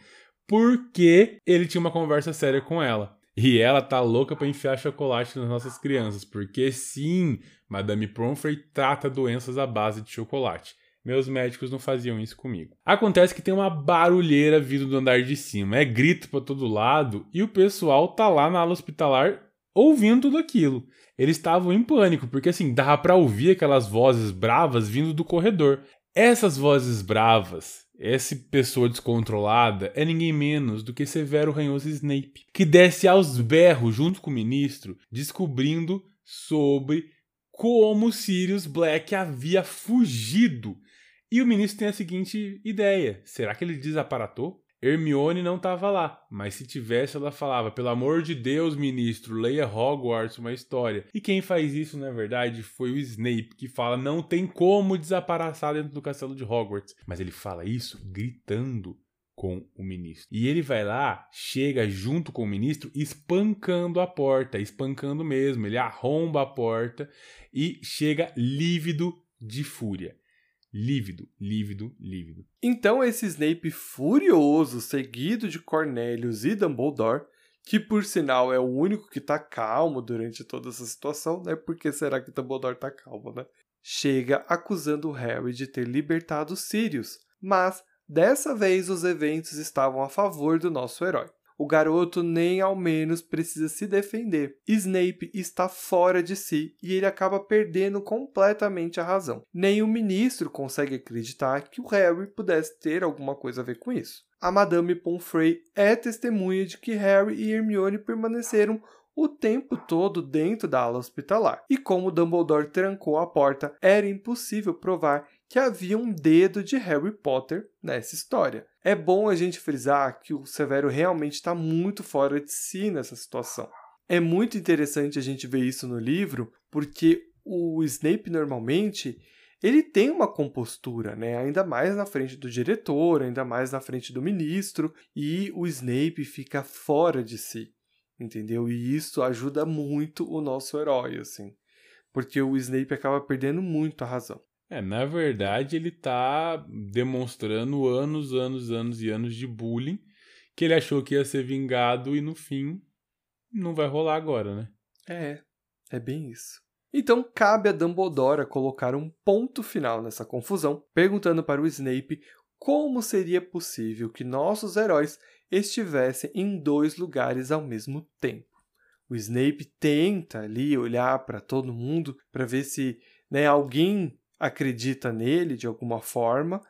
porque ele tinha uma conversa séria com ela. E ela tá louca pra enfiar chocolate nas nossas crianças, porque sim, Madame Pomfrey trata doenças à base de chocolate. Meus médicos não faziam isso comigo. Acontece que tem uma barulheira vindo do andar de cima, é grito pra todo lado, e o pessoal tá lá na ala hospitalar ouvindo tudo aquilo. Eles estavam em pânico, porque assim, dava pra ouvir aquelas vozes bravas vindo do corredor. Essas vozes bravas, essa pessoa descontrolada, é ninguém menos do que Severo Ranhoso Snape, que desce aos berros junto com o ministro, descobrindo sobre como Sirius Black havia fugido. E o ministro tem a seguinte ideia: será que ele desaparatou? Hermione não estava lá, mas se tivesse ela falava, pelo amor de Deus, ministro, leia Hogwarts, uma história. E quem faz isso, na verdade, foi o Snape, que fala, não tem como desaparaçar dentro do castelo de Hogwarts. Mas ele fala isso gritando com o ministro. E ele vai lá, chega junto com o ministro, espancando a porta, espancando mesmo. Ele arromba a porta e chega lívido de fúria. Lívido, lívido, lívido. Então esse Snape furioso, seguido de Cornelius e Dumbledore, que por sinal é o único que tá calmo durante toda essa situação, né? Por que será que Dumbledore tá calmo, né? Chega acusando o Harry de ter libertado Sirius, mas dessa vez os eventos estavam a favor do nosso herói. O garoto nem ao menos precisa se defender. Snape está fora de si e ele acaba perdendo completamente a razão. Nem o ministro consegue acreditar que o Harry pudesse ter alguma coisa a ver com isso. A Madame Pomfrey é testemunha de que Harry e Hermione permaneceram o tempo todo dentro da ala hospitalar. E como Dumbledore trancou a porta, era impossível provar que havia um dedo de Harry Potter nessa história. É bom a gente frisar que o Severo realmente está muito fora de si nessa situação. É muito interessante a gente ver isso no livro, porque o Snape normalmente ele tem uma compostura, né? Ainda mais na frente do diretor, ainda mais na frente do ministro, e o Snape fica fora de si, entendeu? E isso ajuda muito o nosso herói, assim, porque o Snape acaba perdendo muito a razão. É, na verdade, ele tá demonstrando anos, anos, anos e anos de bullying, que ele achou que ia ser vingado e no fim não vai rolar agora, né? É, é bem isso. Então cabe a Dumbledore colocar um ponto final nessa confusão, perguntando para o Snape como seria possível que nossos heróis estivessem em dois lugares ao mesmo tempo. O Snape tenta ali olhar para todo mundo para ver se, né, alguém acredita nele de alguma forma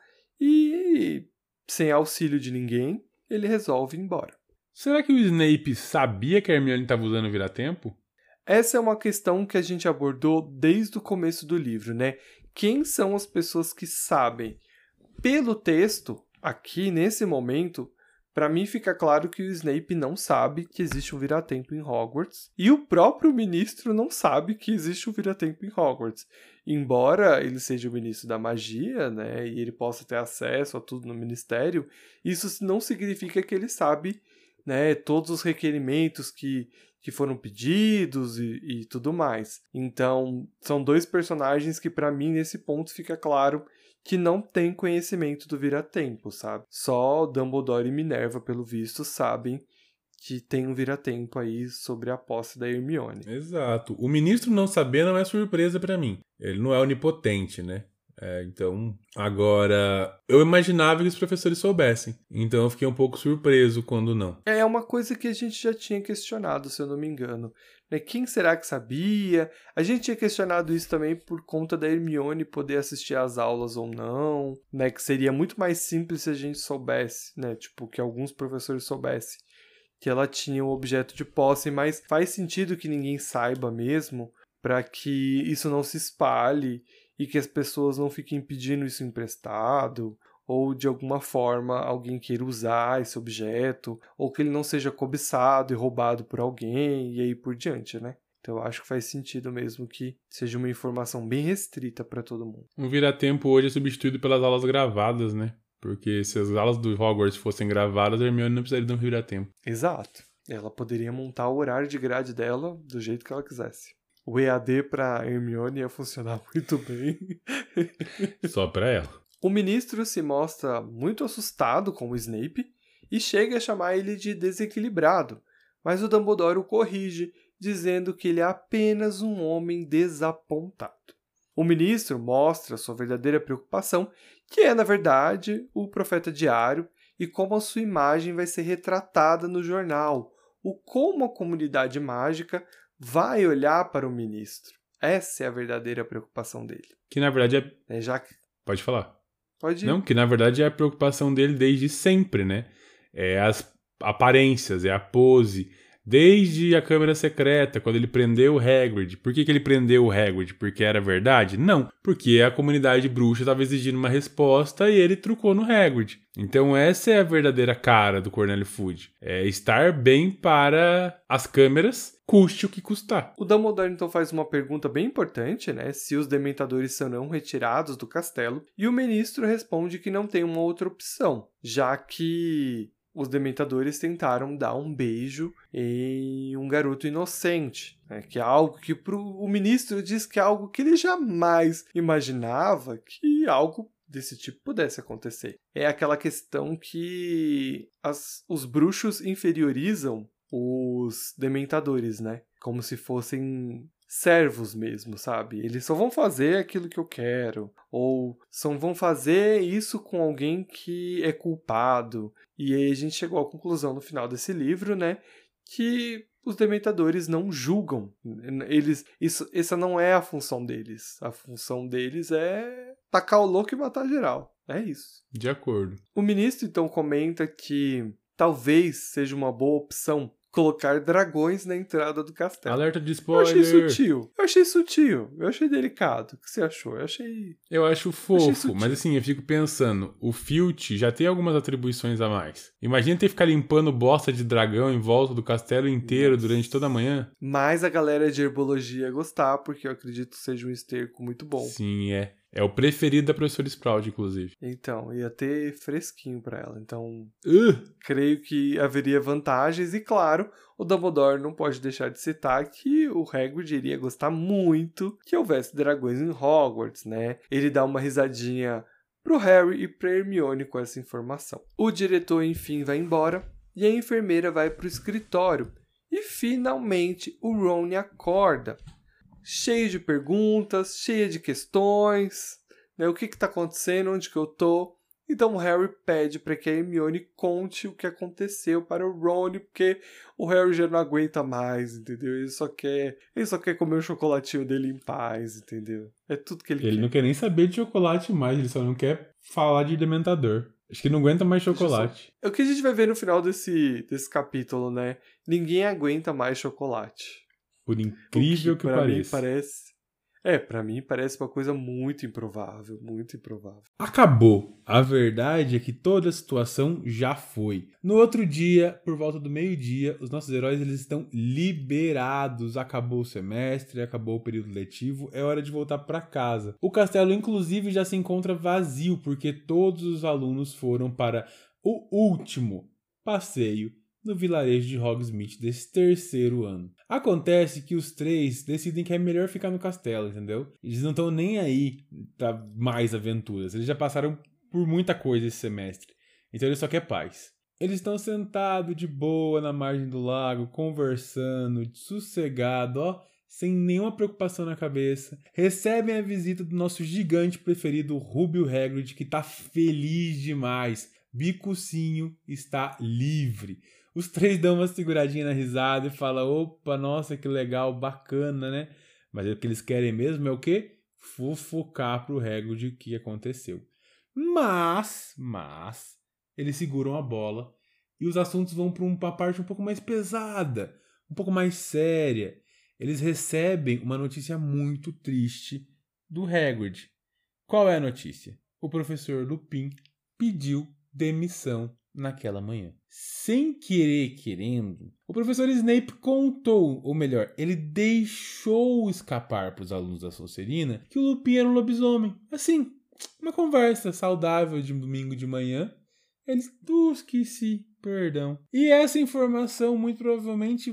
e, sem auxílio de ninguém, ele resolve ir embora. Será que o Snape sabia que a Hermione estava usando o vira-tempo? Essa é uma questão que a gente abordou desde o começo do livro, né? Quem são as pessoas que sabem? Pelo texto, aqui nesse momento, para mim fica claro que o Snape não sabe que existe um vira-tempo em Hogwarts e o próprio ministro não sabe que existe um vira-tempo em Hogwarts. Embora ele seja o ministro da magia, né, e ele possa ter acesso a tudo no ministério, isso não significa que ele sabe, né, todos os requerimentos que, que foram pedidos e, e tudo mais. Então, são dois personagens que para mim nesse ponto fica claro que não tem conhecimento do vira-tempo, sabe? Só Dumbledore e Minerva, pelo visto, sabem que tem um vira-tempo aí sobre a posse da Hermione. Exato. O ministro não saber não é surpresa pra mim. Ele não é onipotente, né? É, então, agora, eu imaginava que os professores soubessem. Então eu fiquei um pouco surpreso quando não. É uma coisa que a gente já tinha questionado, se eu não me engano. Né? Quem será que sabia? A gente tinha questionado isso também por conta da Hermione poder assistir às aulas ou não, né? Que seria muito mais simples se a gente soubesse, né? Tipo, que alguns professores soubessem que ela tinha um objeto de posse, mas faz sentido que ninguém saiba mesmo, para que isso não se espalhe e que as pessoas não fiquem pedindo isso emprestado, ou de alguma forma alguém queira usar esse objeto, ou que ele não seja cobiçado e roubado por alguém, e aí por diante, né? Então eu acho que faz sentido mesmo que seja uma informação bem restrita para todo mundo. Um vira-tempo hoje é substituído pelas aulas gravadas, né? Porque se as aulas do Hogwarts fossem gravadas, a Hermione não precisaria de um vira-tempo. Exato. Ela poderia montar o horário de grade dela do jeito que ela quisesse. O E A D para Hermione ia funcionar muito bem. Só para ela. O ministro se mostra muito assustado com o Snape e chega a chamar ele de desequilibrado, mas o Dumbledore o corrige, dizendo que ele é apenas um homem desapontado. O ministro mostra sua verdadeira preocupação, que é, na verdade, o Profeta Diário e como a sua imagem vai ser retratada no jornal, o como a comunidade mágica vai olhar para o ministro. Essa é a verdadeira preocupação dele. Que, na verdade, é... é já que... Pode falar. Pode ir. Não, que, na verdade, é a preocupação dele desde sempre, né? É as aparências, é a pose... Desde a Câmara Secreta, quando ele prendeu o Hagrid. Por que, que ele prendeu o Hagrid? Porque era verdade? Não, porque a comunidade bruxa estava exigindo uma resposta e ele trucou no Hagrid. Então essa é a verdadeira cara do Cornélio Fudge. É estar bem para as câmeras, custe o que custar. O Dumbledore então faz uma pergunta bem importante, né? Se os dementadores serão retirados do castelo. E o ministro responde que não tem uma outra opção, já que... os dementadores tentaram dar um beijo em um garoto inocente, né? Que é algo que pro, o ministro diz que é algo que ele jamais imaginava que algo desse tipo pudesse acontecer. É aquela questão que as, os bruxos inferiorizam os dementadores, né? Como se fossem servos mesmo, sabe? Eles só vão fazer aquilo que eu quero, ou só vão fazer isso com alguém que é culpado. E aí a gente chegou à conclusão no final desse livro, né, que os dementadores não julgam. Eles, isso, essa não é a função deles. A função deles é tacar o louco e matar geral. É isso. De acordo. O ministro então comenta que talvez seja uma boa opção colocar dragões na entrada do castelo. Alerta de spoiler. Eu achei sutil. Eu achei sutil. Eu achei delicado. O que você achou? Eu achei... Eu acho fofo, mas assim, eu fico pensando, o Filch já tem algumas atribuições a mais. Imagina ter que ficar limpando bosta de dragão em volta do castelo inteiro Nossa. Durante toda a manhã. Mas a galera de herbologia ia gostar, porque eu acredito que seja um esterco muito bom. Sim, é. É o preferido da professora Sprout, inclusive. Então, ia ter fresquinho pra ela. Então, uh. creio que haveria vantagens. E, claro, o Dumbledore não pode deixar de citar que o Hagrid iria gostar muito que houvesse dragões em Hogwarts, né? Ele dá uma risadinha pro Harry e pra Hermione com essa informação. O diretor, enfim, vai embora e a enfermeira vai pro escritório. E, finalmente, o Ron acorda. Cheio de perguntas, cheia de questões, né? O que está acontecendo, onde que eu tô? Então o Harry pede para que a Hermione conte o que aconteceu para o Ron, porque o Harry já não aguenta mais, entendeu? Ele só quer, ele só quer comer o chocolatinho dele em paz, entendeu? É tudo que ele, ele quer. Ele não quer nem saber de chocolate mais, ele só não quer falar de dementador. Acho que não aguenta mais chocolate. Só... É o que a gente vai ver no final desse, desse capítulo, né? Ninguém aguenta mais chocolate. Por incrível que, que pra pareça. Mim parece... É, pra mim parece uma coisa muito improvável, muito improvável. Acabou. A verdade é que toda a situação já foi. No outro dia, por volta do meio-dia, os nossos heróis eles estão liberados. Acabou o semestre, acabou o período letivo, é hora de voltar para casa. O castelo, inclusive, já se encontra vazio, porque todos os alunos foram para o último passeio no vilarejo de Hogsmeade desse terceiro ano. Acontece que os três decidem que é melhor ficar no castelo, entendeu? Eles não estão nem aí pra mais aventuras. Eles já passaram por muita coisa esse semestre. Então eles só querem paz. Eles estão sentados de boa na margem do lago, conversando, sossegado, ó, sem nenhuma preocupação na cabeça, recebem a visita do nosso gigante preferido, Rubio Hagrid, que tá feliz demais. Bicucinho está livre. Os três dão uma seguradinha na risada e falam, opa, nossa, que legal, bacana, né? Mas o que eles querem mesmo é o quê? Fofocar pro Hagrid o que aconteceu. Mas, mas, eles seguram a bola e os assuntos vão para uma parte um pouco mais pesada, um pouco mais séria. Eles recebem uma notícia muito triste do Hagrid. Qual é a notícia? O professor Lupin pediu demissão naquela manhã. Sem querer querendo, o professor Snape contou, ou melhor, ele deixou escapar para os alunos da Sonserina que o Lupin era um lobisomem. Assim, uma conversa saudável de domingo de manhã. Eles, uh, esqueci, perdão. E essa informação muito provavelmente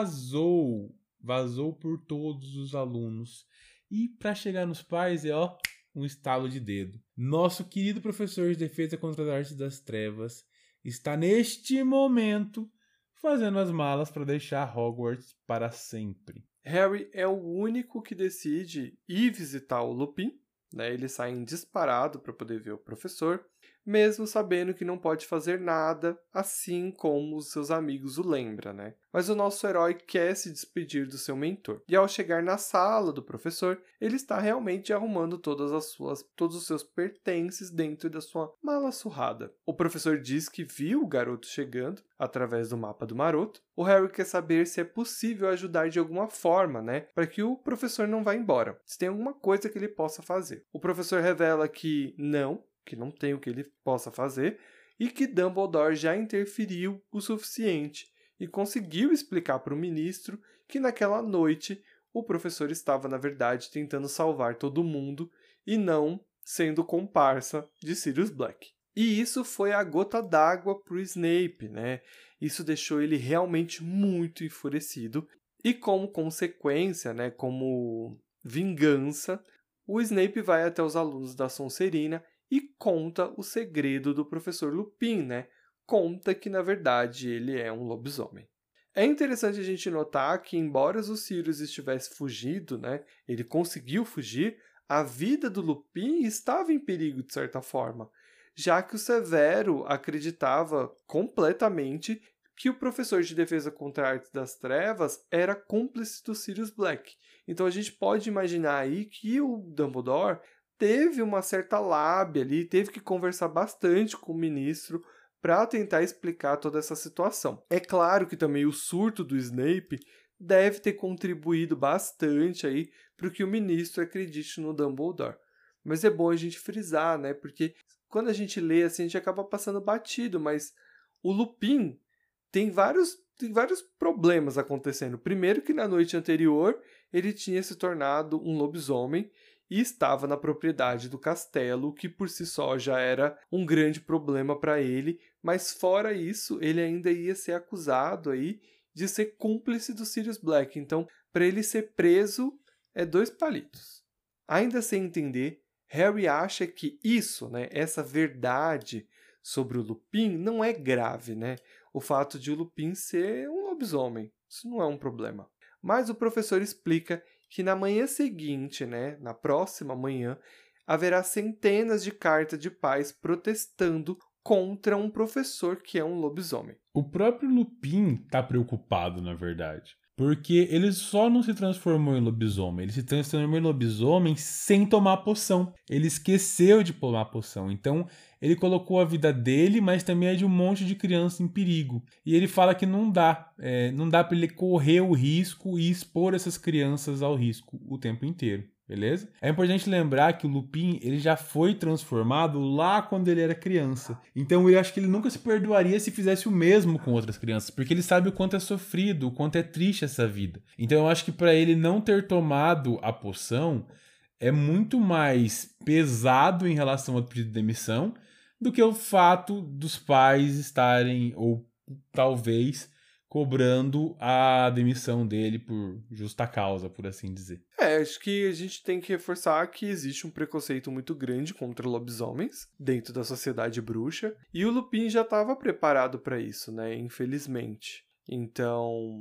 vazou. Vazou por todos os alunos. E para chegar nos pais é, ó, um estalo de dedo. Nosso querido professor de defesa contra as artes das trevas está neste momento fazendo as malas para deixar Hogwarts para sempre. Harry é o único que decide ir visitar o Lupin, né? Eles saem disparado para poder ver o professor, mesmo sabendo que não pode fazer nada, assim como os seus amigos o lembram, né? Mas o nosso herói quer se despedir do seu mentor. E ao chegar na sala do professor, ele está realmente arrumando todas as suas, todos os seus pertences dentro da sua mala surrada. O professor diz que viu o garoto chegando através do mapa do Maroto. O Harry quer saber se é possível ajudar de alguma forma, né? Para que o professor não vá embora. Se tem alguma coisa que ele possa fazer. O professor revela que não, que não tem o que ele possa fazer, e que Dumbledore já interferiu o suficiente e conseguiu explicar para o ministro que naquela noite o professor estava, na verdade, tentando salvar todo mundo e não sendo comparsa de Sirius Black. E isso foi a gota d'água para o Snape, né? Isso deixou ele realmente muito enfurecido e, como consequência, né, como vingança, o Snape vai até os alunos da Sonserina e conta o segredo do professor Lupin, né? Conta que, na verdade, ele é um lobisomem. É interessante a gente notar que, embora o Sirius estivesse fugido, né? Ele conseguiu fugir, a vida do Lupin estava em perigo, de certa forma, já que o Severo acreditava completamente que o professor de defesa contra a arte das trevas era cúmplice do Sirius Black. Então a gente pode imaginar aí que o Dumbledore teve uma certa lábia ali, teve que conversar bastante com o ministro para tentar explicar toda essa situação. É claro que também o surto do Snape deve ter contribuído bastante aí para que o ministro acredite no Dumbledore. Mas é bom a gente frisar, né? Porque quando a gente lê assim, a gente acaba passando batido, mas o Lupin tem vários, tem vários problemas acontecendo. Primeiro que na noite anterior ele tinha se tornado um lobisomem e estava na propriedade do castelo, que por si só já era um grande problema para ele, mas fora isso, ele ainda ia ser acusado aí de ser cúmplice do Sirius Black. Então, para ele ser preso, é dois palitos. Ainda sem entender, Harry acha que isso, né, essa verdade sobre o Lupin não é grave, né? O fato de o Lupin ser um lobisomem, isso não é um problema. Mas o professor explica que na manhã seguinte, né, na próxima manhã, haverá centenas de cartas de pais protestando contra um professor que é um lobisomem. O próprio Lupin tá preocupado, na verdade. Porque ele só não se transformou em lobisomem, ele se transformou em lobisomem sem tomar poção. Ele esqueceu de tomar poção, então ele colocou a vida dele, mas também a de um monte de criança em perigo. E ele fala que não dá, é, não dá para ele correr o risco e expor essas crianças ao risco o tempo inteiro. Beleza? É importante lembrar que o Lupin ele já foi transformado lá quando ele era criança. Então eu acho que ele nunca se perdoaria se fizesse o mesmo com outras crianças, porque ele sabe o quanto é sofrido, o quanto é triste essa vida. Então eu acho que para ele não ter tomado a poção é muito mais pesado em relação ao pedido de demissão do que o fato dos pais estarem, ou talvez, cobrando a demissão dele por justa causa, por assim dizer. É, acho que a gente tem que reforçar que existe um preconceito muito grande contra lobisomens dentro da sociedade bruxa, e o Lupin já estava preparado para isso, né, infelizmente. Então,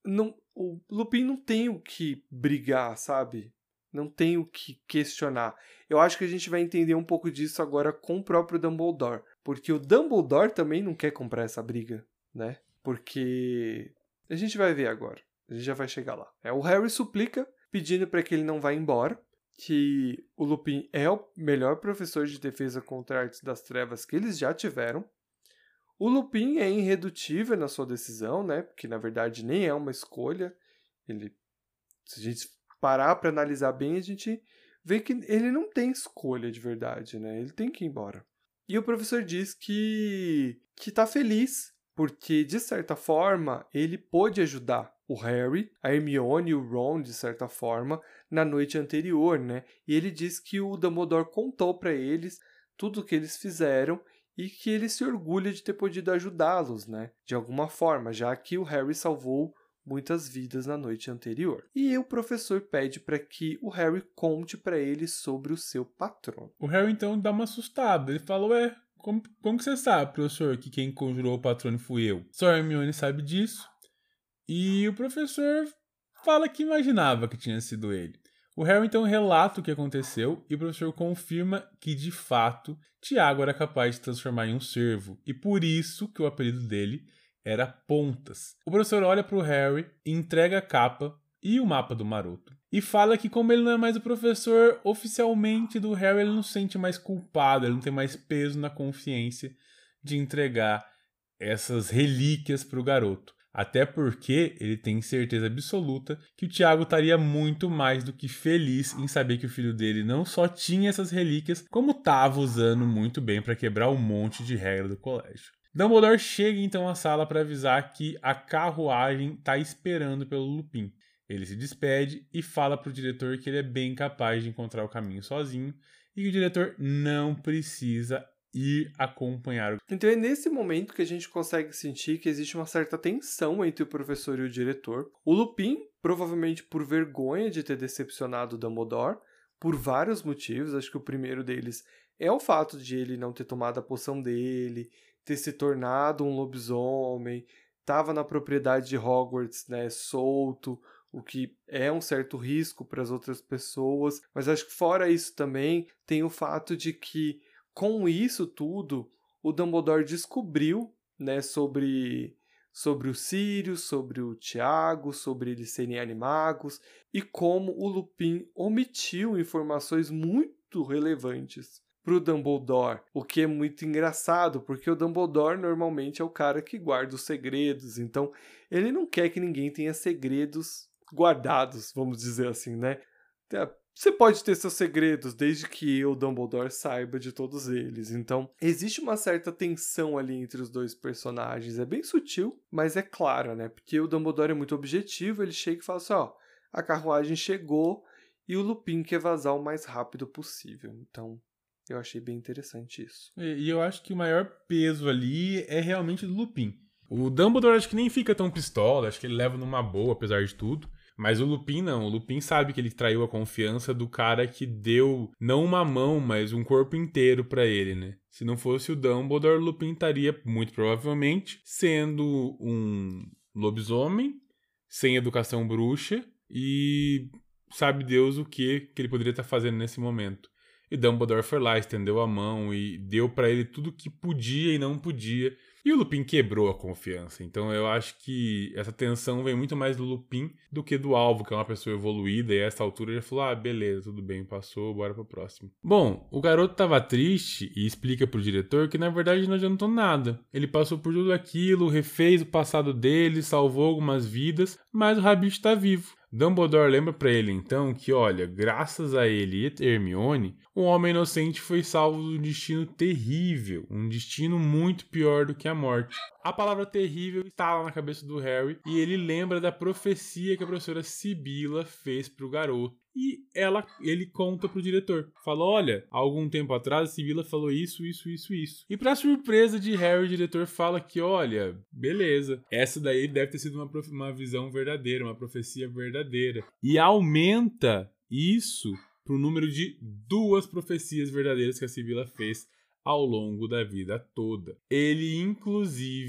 não, o Lupin não tem o que brigar, sabe? Não tem o que questionar. Eu acho que a gente vai entender um pouco disso agora com o próprio Dumbledore. Porque o Dumbledore também não quer comprar essa briga, né? Porque a gente vai ver agora. A gente já vai chegar lá. É, o Harry suplica, pedindo para que ele não vá embora. Que o Lupin é o melhor professor de defesa contra artes das trevas que eles já tiveram. O Lupin é irredutível na sua decisão, né? Porque na verdade nem é uma escolha. Ele, se a gente parar para analisar bem, a gente vê que ele não tem escolha de verdade, né? Ele tem que ir embora. E o professor diz que que tá feliz porque de certa forma ele pôde ajudar o Harry, a Hermione e o Ron de certa forma na noite anterior, né? E ele diz que o Dumbledore contou para eles tudo o que eles fizeram e que ele se orgulha de ter podido ajudá-los, né? De alguma forma, já que o Harry salvou muitas vidas na noite anterior. E o professor pede para que o Harry conte para ele sobre o seu patrono. O Harry então dá uma assustada. Ele fala, ué, como, como que você sabe, professor, que quem conjurou o patrono fui eu? Só a Hermione sabe disso. E o professor fala que imaginava que tinha sido ele. O Harry então relata o que aconteceu e o professor confirma que, de fato, Tiago era capaz de transformar em um cervo, e por isso que o apelido dele era Pontas. O professor olha para o Harry, entrega a capa e o mapa do Maroto, e fala que como ele não é mais o professor oficialmente do Harry, ele não se sente mais culpado, ele não tem mais peso na consciência de entregar essas relíquias para o garoto. Até porque ele tem certeza absoluta que o Tiago estaria muito mais do que feliz em saber que o filho dele não só tinha essas relíquias, como estava usando muito bem para quebrar um monte de regra do colégio. Dumbledore chega então à sala para avisar que a carruagem está esperando pelo Lupin. Ele se despede e fala para o diretor que ele é bem capaz de encontrar o caminho sozinho e que o diretor não precisa ir acompanhar. Então é nesse momento que a gente consegue sentir que existe uma certa tensão entre o professor e o diretor. O Lupin, provavelmente por vergonha de ter decepcionado o Dumbledore, por vários motivos. Acho que o primeiro deles é o fato de ele não ter tomado a poção dele, ter se tornado um lobisomem, estava na propriedade de Hogwarts, né, solto, o que é um certo risco para as outras pessoas. Mas acho que fora isso também tem o fato de que com isso tudo, o Dumbledore descobriu, né, sobre, sobre o Sirius, sobre o Tiago, sobre eles serem animagos, e como o Lupin omitiu informações muito relevantes para o Dumbledore, o que é muito engraçado, porque o Dumbledore normalmente é o cara que guarda os segredos, então ele não quer que ninguém tenha segredos guardados, vamos dizer assim, né? Você pode ter seus segredos, desde que o Dumbledore saiba de todos eles. Então, existe uma certa tensão ali entre os dois personagens. É bem sutil, mas é clara, né? Porque o Dumbledore é muito objetivo, ele chega e fala assim, ó, a carruagem chegou e o Lupin quer vazar o mais rápido possível. Então, eu achei bem interessante isso. E, e eu acho que o maior peso ali é realmente do Lupin. O Dumbledore acho que nem fica tão pistola, acho que ele leva numa boa, apesar de tudo. Mas o Lupin não, o Lupin sabe que ele traiu a confiança do cara que deu não uma mão, mas um corpo inteiro pra ele, né? Se não fosse o Dumbledore, o Lupin estaria, muito provavelmente, sendo um lobisomem, sem educação bruxa, e sabe Deus o que, que ele poderia estar fazendo nesse momento. E Dumbledore foi lá, estendeu a mão e deu pra ele tudo que podia e não podia. E o Lupin quebrou a confiança. Então eu acho que essa tensão vem muito mais do Lupin do que do alvo, que é uma pessoa evoluída. E a essa altura já falou, ah, beleza, tudo bem, passou, bora pro próximo. Bom, o garoto tava triste e explica pro diretor que na verdade não adiantou nada. Ele passou por tudo aquilo, refez o passado dele, salvou algumas vidas, mas o Rabicho tá vivo. Dumbledore lembra pra ele então que, olha, graças a ele e Hermione, um homem inocente foi salvo de um destino terrível, um destino muito pior do que a morte. A palavra terrível está lá na cabeça do Harry e ele lembra da profecia que a professora Sibila fez pro garoto. E ela, ele conta pro diretor. Fala, olha, há algum tempo atrás a Sibila falou isso, isso, isso, isso. E pra surpresa de Harry, o diretor fala que, olha, beleza. Essa daí deve ter sido uma, prof... uma visão verdadeira, uma profecia verdadeira. E aumenta isso pro número de duas profecias verdadeiras que a Sibila fez ao longo da vida toda. Ele, inclusive,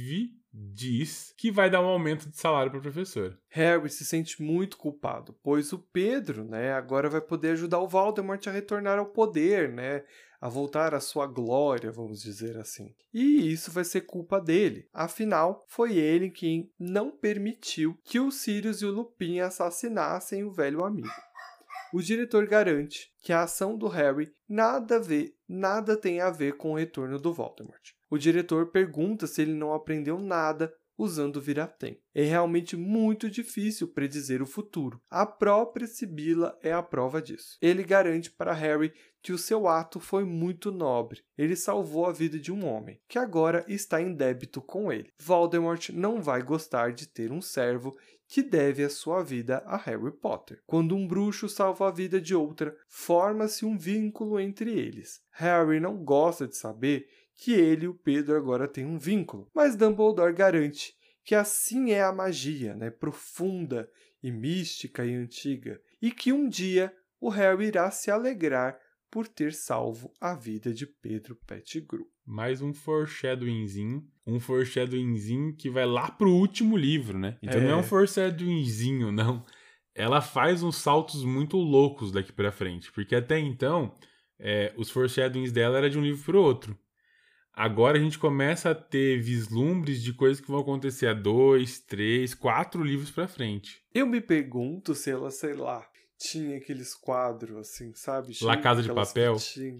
diz que vai dar um aumento de salário para o professor. Harry se sente muito culpado, pois o Pedro, né, agora vai poder ajudar o Voldemort a retornar ao poder, né, a voltar à sua glória, vamos dizer assim. E isso vai ser culpa dele. Afinal, foi ele quem não permitiu que o Sirius e o Lupin assassinassem o velho amigo. O diretor garante que a ação do Harry nada a ver, nada tem a ver com o retorno do Voldemort. O diretor pergunta se ele não aprendeu nada usando o Viratem. É realmente muito difícil predizer o futuro. A própria Sibila é a prova disso. Ele garante para Harry que o seu ato foi muito nobre. Ele salvou a vida de um homem, que agora está em débito com ele. Voldemort não vai gostar de ter um servo que deve a sua vida a Harry Potter. Quando um bruxo salva a vida de outra, forma-se um vínculo entre eles. Harry não gosta de saber que ele e o Pedro agora têm um vínculo, mas Dumbledore garante que assim é a magia, né, profunda e mística e antiga, e que um dia o Harry irá se alegrar por ter salvo a vida de Pedro Pettigrew. Mais um foreshadowingzinho, um foreshadowingzinho que vai lá pro último livro, né? Então é. não é um foreshadowingzinho, não. Ela faz uns saltos muito loucos daqui pra frente, porque até então, é, os foreshadowings dela era de um livro pro outro. Agora a gente começa a ter vislumbres de coisas que vão acontecer a dois, três, quatro livros pra frente. Eu me pergunto se ela, sei lá, tinha aqueles quadros, assim, sabe? La Casa de Papel?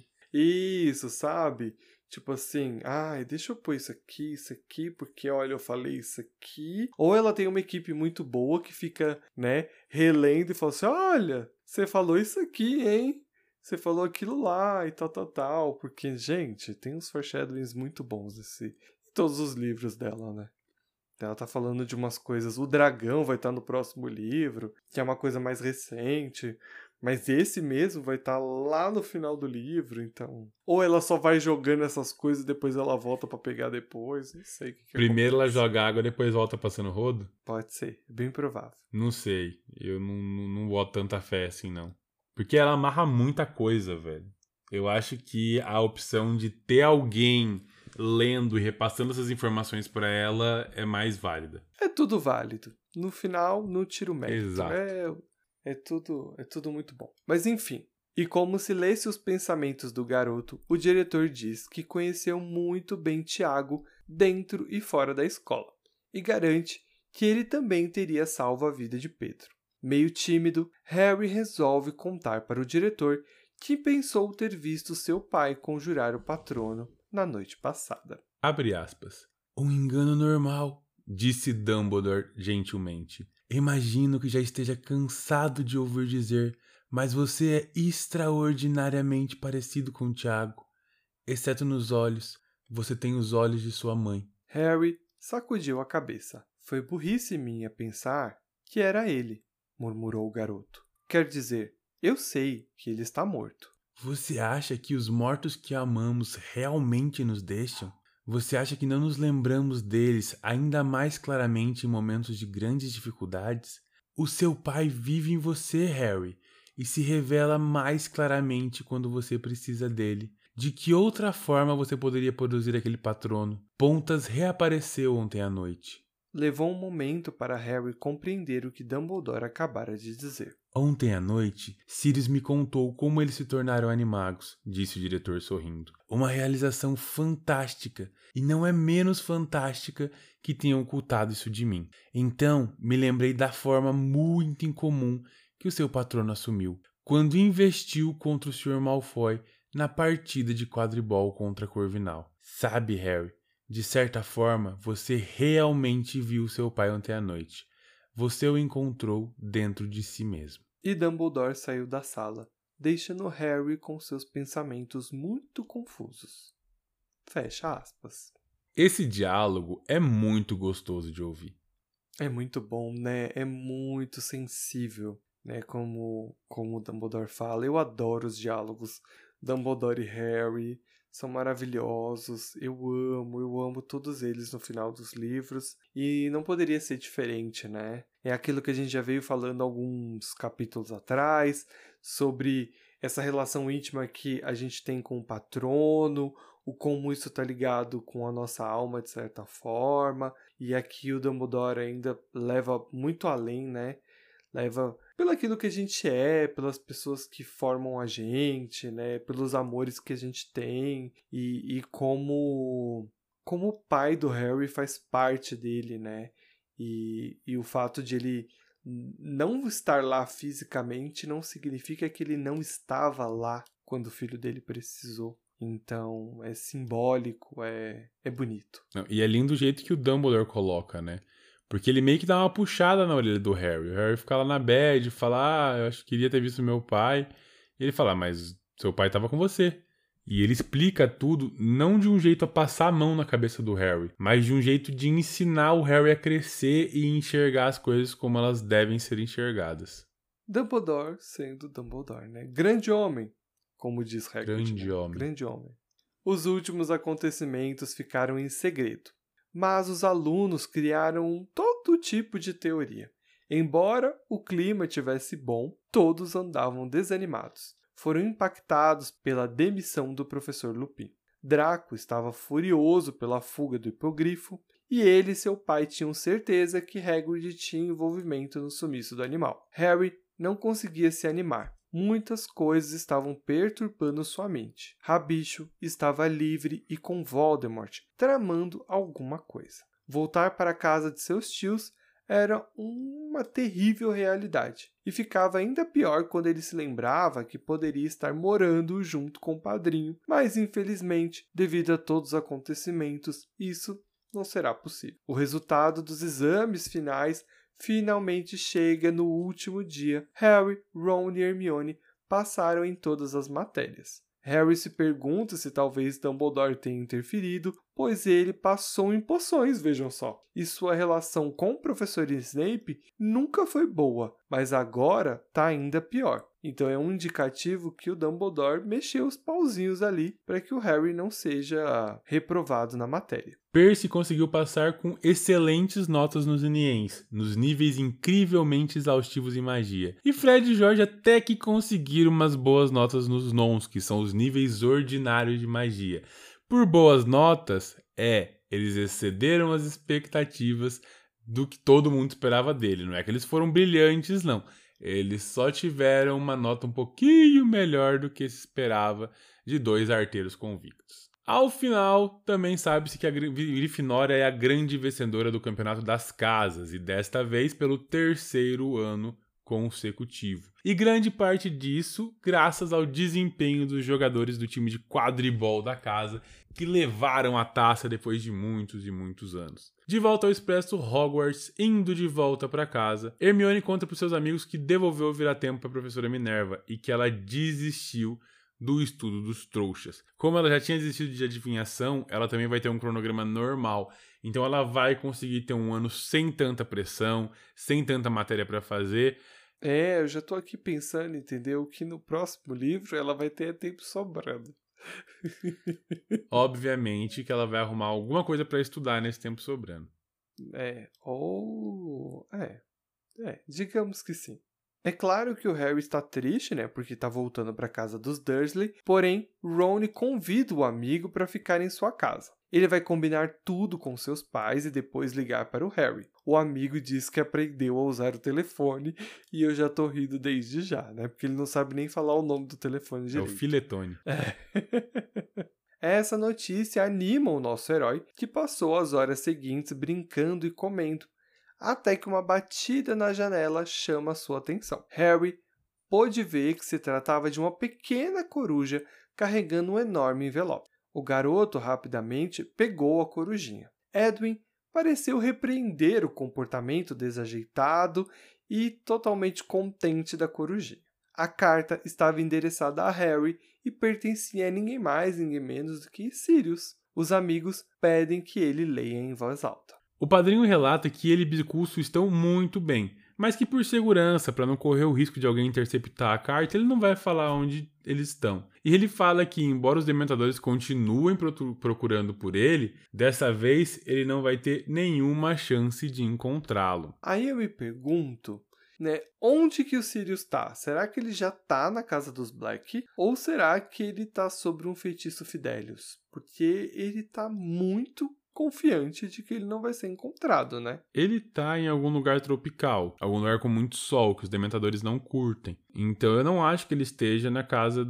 Isso, sabe? Tipo assim, ai, deixa eu pôr isso aqui, isso aqui, porque, olha, eu falei isso aqui. Ou ela tem uma equipe muito boa que fica, né, relendo e fala assim, olha, você falou isso aqui, hein? Você falou aquilo lá e tal, tal, tal. Porque, gente, tem uns foreshadowings muito bons nesse, em todos os livros dela, né? Ela tá falando de umas coisas... O dragão vai estar no próximo livro, que é uma coisa mais recente. Mas esse mesmo vai estar lá no final do livro, então... Ou ela só vai jogando essas coisas e depois ela volta pra pegar depois. Não sei o que, que Primeiro acontece. ela joga água, depois volta passando rodo? Pode ser, é bem provável. Não sei. Eu não, não, não boto tanta fé assim, não. Porque ela amarra muita coisa, velho. Eu acho que a opção de ter alguém lendo e repassando essas informações para ela é mais válida. É tudo válido. No final, não tira o mérito. Exato. É, é, tudo, é tudo muito bom. Mas enfim. E como se lesse os pensamentos do garoto, o diretor diz que conheceu muito bem Tiago dentro e fora da escola. E garante que ele também teria salvo a vida de Pedro. Meio tímido, Harry resolve contar para o diretor que pensou ter visto seu pai conjurar o patrono na noite passada. Abre aspas. Um engano normal, disse Dumbledore gentilmente. Imagino que já esteja cansado de ouvir dizer, mas você é extraordinariamente parecido com Tiago. Exceto nos olhos, você tem os olhos de sua mãe. Harry sacudiu a cabeça. Foi burrice minha pensar que era ele, murmurou o garoto. Quer dizer, eu sei que ele está morto. Você acha que os mortos que amamos realmente nos deixam? Você acha que não nos lembramos deles ainda mais claramente em momentos de grandes dificuldades? O seu pai vive em você, Harry, e se revela mais claramente quando você precisa dele. De que outra forma você poderia produzir aquele patrono? Pontas reapareceu ontem à noite. Levou um momento para Harry compreender o que Dumbledore acabara de dizer. Ontem à noite, Sirius me contou como eles se tornaram animagos, disse o diretor sorrindo. Uma realização fantástica, e não é menos fantástica que tenham ocultado isso de mim. Então, me lembrei da forma muito incomum que o seu patrono assumiu, quando investiu contra o senhor Malfoy na partida de quadribol contra Corvinal. Sabe, Harry, de certa forma, você realmente viu seu pai ontem à noite. Você o encontrou dentro de si mesmo. E Dumbledore saiu da sala, deixando Harry com seus pensamentos muito confusos. Fecha aspas. Esse diálogo é muito gostoso de ouvir. É muito bom, né? É muito sensível, né? Como, como o Dumbledore fala. Eu adoro os diálogos Dumbledore e Harry. São maravilhosos, eu amo, eu amo todos eles no final dos livros, e não poderia ser diferente, né? É aquilo que a gente já veio falando alguns capítulos atrás, sobre essa relação íntima que a gente tem com o patrono, o como isso está ligado com a nossa alma de certa forma, e aqui o Dumbledore ainda leva muito além, né? Leva pelo aquilo que a gente é, pelas pessoas que formam a gente, né? Pelos amores que a gente tem, e, e como, como o pai do Harry faz parte dele, né? E, e o fato de ele não estar lá fisicamente não significa que ele não estava lá quando o filho dele precisou. Então, é simbólico, é, é bonito. Não, e é lindo o jeito que o Dumbledore coloca, né? Porque ele meio que dá uma puxada na orelha do Harry. O Harry fica lá na bad, fala, ah, eu acho que queria ter visto meu pai. E ele fala, mas seu pai estava com você. E ele explica tudo, não de um jeito a passar a mão na cabeça do Harry, mas de um jeito de ensinar o Harry a crescer e enxergar as coisas como elas devem ser enxergadas. Dumbledore sendo Dumbledore, né? Grande homem, como diz Hagrid. Grande né? homem. Grande homem. Os últimos acontecimentos ficaram em segredo, mas os alunos criaram todo tipo de teoria. Embora o clima tivesse bom, todos andavam desanimados. Foram impactados pela demissão do professor Lupin. Draco estava furioso pela fuga do hipogrifo, e ele e seu pai tinham certeza que Hagrid tinha envolvimento no sumiço do animal. Harry não conseguia se animar. Muitas coisas estavam perturbando sua mente. Rabicho estava livre e com Voldemort, tramando alguma coisa. Voltar para a casa de seus tios era uma terrível realidade, e ficava ainda pior quando ele se lembrava que poderia estar morando junto com o padrinho, mas infelizmente, devido a todos os acontecimentos, isso não será possível. O resultado dos exames finais finalmente chega no último dia. Harry, Ron e Hermione passaram em todas as matérias. Harry se pergunta se talvez Dumbledore tenha interferido, pois ele passou em poções, vejam só. E sua relação com o professor Snape nunca foi boa, mas agora tá ainda pior. Então é um indicativo que o Dumbledore mexeu os pauzinhos ali para que o Harry não seja reprovado na matéria. Percy conseguiu passar com excelentes notas nos Iniens, nos níveis incrivelmente exaustivos em magia. E Fred e George até que conseguiram umas boas notas nos Nons, que são os níveis ordinários de magia. Por boas notas, é, eles excederam as expectativas do que todo mundo esperava dele. Não é que eles foram brilhantes, não. Eles só tiveram uma nota um pouquinho melhor do que se esperava de dois arteiros convictos. Ao final, também sabe-se que a Grifinória é a grande vencedora do Campeonato das Casas, e desta vez pelo terceiro ano consecutivo. E grande parte disso graças ao desempenho dos jogadores do time de quadribol da casa, que levaram a taça depois de muitos e muitos anos. De volta ao Expresso Hogwarts, indo de volta para casa, Hermione conta para os seus amigos que devolveu o vira-tempo para a professora Minerva e que ela desistiu do estudo dos trouxas. Como ela já tinha desistido de adivinhação, ela também vai ter um cronograma normal, então ela vai conseguir ter um ano sem tanta pressão, sem tanta matéria para fazer. É, eu já tô aqui pensando, entendeu? Que no próximo livro ela vai ter tempo sobrando. Obviamente que ela vai arrumar alguma coisa para estudar nesse tempo sobrando. É, ou... É, é, digamos que sim. É claro que o Harry está triste, né, porque está voltando para casa dos Dursley, porém, Ron convida o amigo para ficar em sua casa. Ele vai combinar tudo com seus pais e depois ligar para o Harry. O amigo diz que aprendeu a usar o telefone e eu já tô rindo desde já, né, porque ele não sabe nem falar o nome do telefone direito. É o Filetone. É. Essa notícia anima o nosso herói, que passou as horas seguintes brincando e comendo, até que uma batida na janela chama sua atenção. Harry pôde ver que se tratava de uma pequena coruja carregando um enorme envelope. O garoto rapidamente pegou a corujinha. Edwin pareceu repreender o comportamento desajeitado e totalmente contente da corujinha. A carta estava endereçada a Harry e pertencia a ninguém mais, ninguém menos do que Sirius. Os amigos pedem que ele leia em voz alta. O padrinho relata que ele e Bicurso estão muito bem, mas que por segurança, para não correr o risco de alguém interceptar a carta, ele não vai falar onde eles estão. E ele fala que, embora os dementadores continuem procurando por ele, dessa vez ele não vai ter nenhuma chance de encontrá-lo. Aí eu me pergunto né? Onde que o Sirius tá? Será que ele já tá na casa dos Black? Ou será que ele tá sobre um feitiço Fidelius? Porque ele tá muito confiante de que ele não vai ser encontrado, né? Ele tá em algum lugar tropical, algum lugar com muito sol, que os dementadores não curtem. Então eu não acho que ele esteja na casa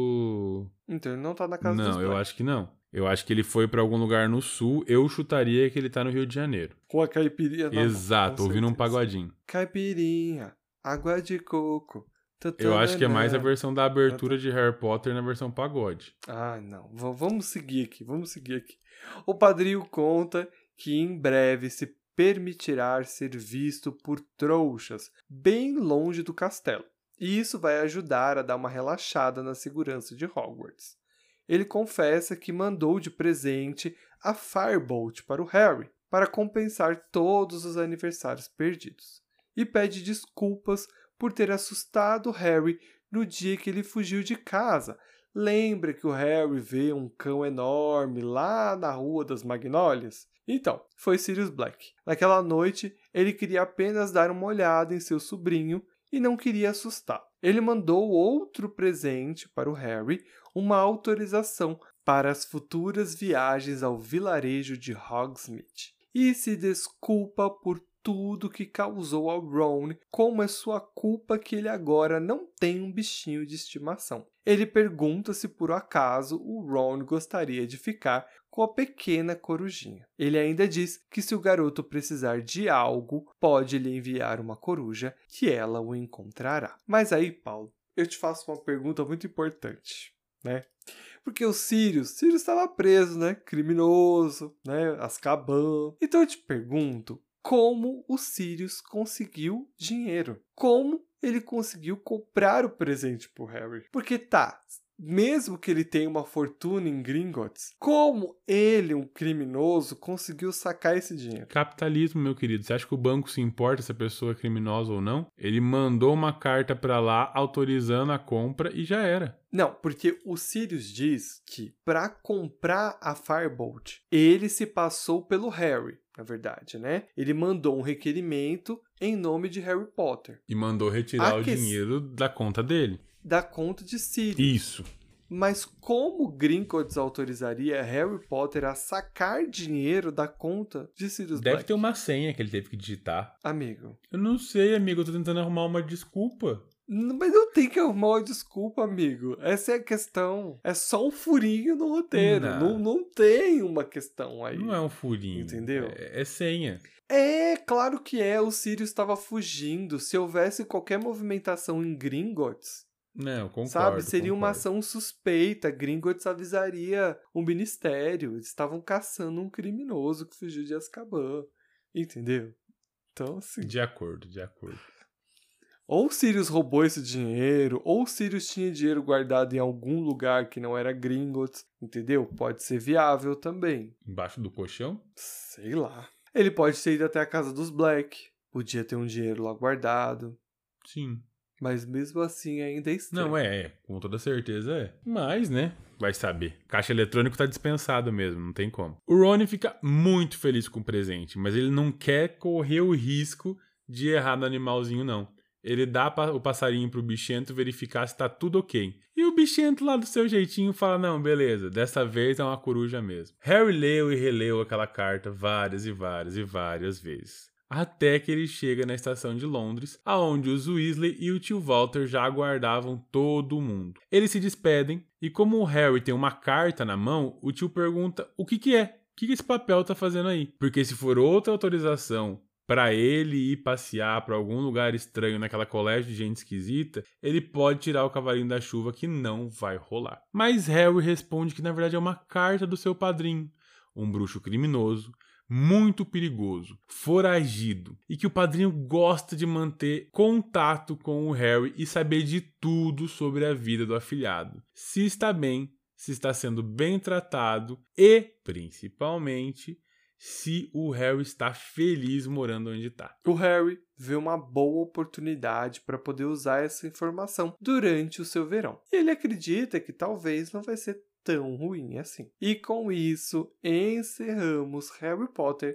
do... Então ele não tá na casa não, dos Black. Não, eu acho que não. Eu acho que ele foi pra algum lugar no sul. Eu chutaria que ele tá no Rio de Janeiro. Com a caipirinha na Exato, mão, ouvindo um certeza. pagodinho. Caipirinha, água de coco. Eu acho que é mais a versão da abertura de Harry Potter na versão pagode. Ah, não. V- vamos seguir aqui, vamos seguir aqui. O padrinho conta que em breve se permitirá ser visto por trouxas bem longe do castelo. E isso vai ajudar a dar uma relaxada na segurança de Hogwarts. Ele confessa que mandou de presente a Firebolt para o Harry, para compensar todos os aniversários perdidos. E pede desculpas por ter assustado Harry no dia que ele fugiu de casa. Lembra que o Harry vê um cão enorme lá na Rua das Magnólias? Então, foi Sirius Black. Naquela noite, ele queria apenas dar uma olhada em seu sobrinho e não queria assustar. Ele mandou outro presente para o Harry, uma autorização para as futuras viagens ao vilarejo de Hogsmeade. E se desculpa por tudo que causou ao Ron, como é sua culpa que ele agora não tem um bichinho de estimação. Ele pergunta se por acaso o Ron gostaria de ficar com a pequena corujinha. Ele ainda diz que se o garoto precisar de algo, pode lhe enviar uma coruja que ela o encontrará. Mas aí, Paulo, eu te faço uma pergunta muito importante, né? Porque o Sirius, Sirius estava preso, né? Criminoso, né? Azkaban. Então eu te pergunto, como o Sirius conseguiu dinheiro? Como ele conseguiu comprar o presente pro Harry? Porque tá, mesmo que ele tenha uma fortuna em Gringotts, como ele, um criminoso, conseguiu sacar esse dinheiro? Capitalismo, meu querido. Você acha que o banco se importa se a pessoa é criminosa ou não? Ele mandou uma carta pra lá autorizando a compra e já era. Não, porque o Sirius diz que para comprar a Firebolt, ele se passou pelo Harry, na verdade, né? Ele mandou um requerimento em nome de Harry Potter. E mandou retirar A o que... dinheiro da conta dele. Da conta de Sirius. Isso. Mas como Gringotts autorizaria Harry Potter a sacar dinheiro da conta de Sirius Deve Black? ter uma senha que ele teve que digitar. Amigo. Eu não sei, amigo. Eu tô tentando arrumar uma desculpa. Mas não tem que arrumar uma desculpa, amigo. Essa é a questão. É só um furinho no roteiro. Não. Não, não tem uma questão aí. Não é um furinho. Entendeu? É, é senha. É, claro que é. O Sirius estava fugindo. Se houvesse qualquer movimentação em Gringotts, não, concordo. sabe, seria concordo. uma ação suspeita. Gringotts avisaria o ministério. Eles estavam caçando um criminoso que fugiu de Azkaban. Entendeu? Então, assim... De acordo, de acordo. Ou o Sirius roubou esse dinheiro, ou o Sirius tinha dinheiro guardado em algum lugar que não era Gringotts, entendeu? Pode ser viável também. Embaixo do colchão? Sei lá. Ele pode ter ido até a casa dos Black. Podia ter um dinheiro lá guardado. Sim. Mas mesmo assim ainda é estranho. Não, é, é. Com toda certeza é. Mas, né? Vai saber. Caixa eletrônico tá dispensado mesmo, não tem como. O Rony fica muito feliz com o presente, mas ele não quer correr o risco de errar no animalzinho, não. Ele dá o passarinho pro bichento verificar se tá tudo ok. E o bichento lá do seu jeitinho fala, não, beleza, dessa vez é uma coruja mesmo. Harry leu e releu aquela carta várias e várias e várias vezes. Até que ele chega na estação de Londres, aonde os Weasley e o tio Walter já aguardavam todo mundo. Eles se despedem, e como o Harry tem uma carta na mão, o tio pergunta o que que é, o que que esse papel tá fazendo aí? Porque se for outra autorização para ele ir passear para algum lugar estranho naquela colégio de gente esquisita, ele pode tirar o cavalinho da chuva que não vai rolar. Mas Harry responde que na verdade é uma carta do seu padrinho, um bruxo criminoso, muito perigoso, foragido, e que o padrinho gosta de manter contato com o Harry e saber de tudo sobre a vida do afilhado. Se está bem, se está sendo bem tratado e, principalmente, se o Harry está feliz morando onde está. O Harry vê uma boa oportunidade para poder usar essa informação durante o seu verão. E ele acredita que talvez não vai ser tão ruim assim. E com isso, encerramos Harry Potter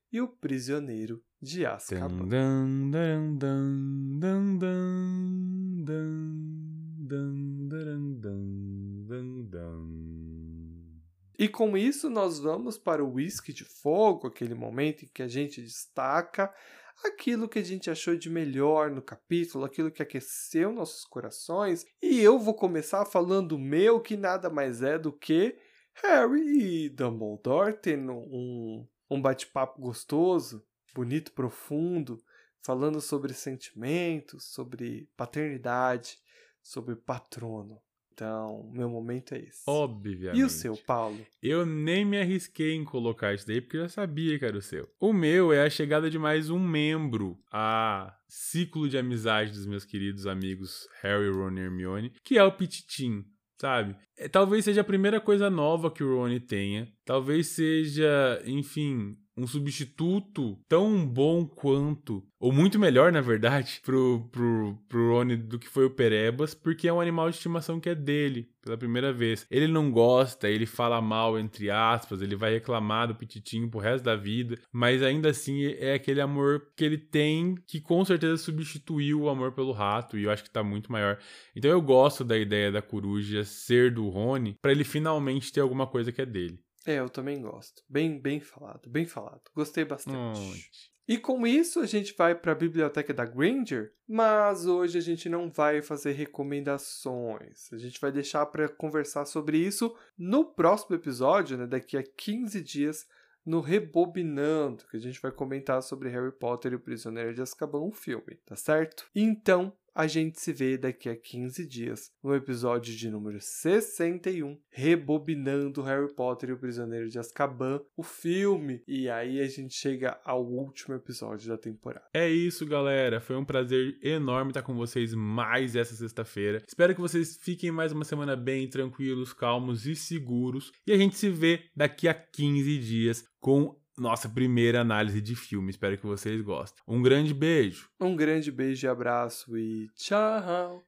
e o Prisioneiro de Azkaban. Dun, dun, dun, dun, dun, dun, dun, dun, dun, dun, dun. E com isso nós vamos para o Whisky de Fogo, aquele momento em que a gente destaca aquilo que a gente achou de melhor no capítulo, aquilo que aqueceu nossos corações. E eu vou começar falando o meu, que nada mais é do que Harry e Dumbledore tendo um, um bate-papo gostoso, bonito, profundo, falando sobre sentimentos, sobre paternidade, sobre patrono. Então, meu momento é esse. Obviamente. E o seu, Paulo? Eu nem me arrisquei em colocar isso daí, porque eu já sabia que era o seu. O meu é a chegada de mais um membro a ciclo de amizade dos meus queridos amigos Harry, Ron e Hermione, que é o Pititim, sabe? É, talvez seja a primeira coisa nova que o Ron tenha. Talvez seja, enfim, um substituto tão bom quanto, ou muito melhor, na verdade, pro, pro, pro Ron do que foi o Perebas, porque é um animal de estimação que é dele, pela primeira vez. Ele não gosta, ele fala mal, entre aspas, ele vai reclamar do Pititinho pro resto da vida, mas ainda assim é aquele amor que ele tem que com certeza substituiu o amor pelo rato, e eu acho que tá muito maior. Então eu gosto da ideia da coruja ser do Rony, pra ele finalmente ter alguma coisa que é dele. É, eu também gosto. Bem, bem falado, bem falado. Gostei bastante. Oh. E com isso a gente vai para a biblioteca da Granger, mas hoje a gente não vai fazer recomendações. A gente vai deixar para conversar sobre isso no próximo episódio, né, daqui a quinze dias, no Rebobinando, que a gente vai comentar sobre Harry Potter e o Prisioneiro de Azkaban, o filme, tá certo? Então, a gente se vê daqui a quinze dias no episódio de número sessenta e um, Rebobinando Harry Potter e o Prisioneiro de Azkaban, o filme. E aí a gente chega ao último episódio da temporada. É isso, galera. Foi um prazer enorme estar com vocês mais essa sexta-feira. Espero que vocês fiquem mais uma semana bem tranquilos, calmos e seguros. E a gente se vê daqui a quinze dias com nossa primeira análise de filme. Espero que vocês gostem. Um grande beijo. Um grande beijo e abraço e tchau!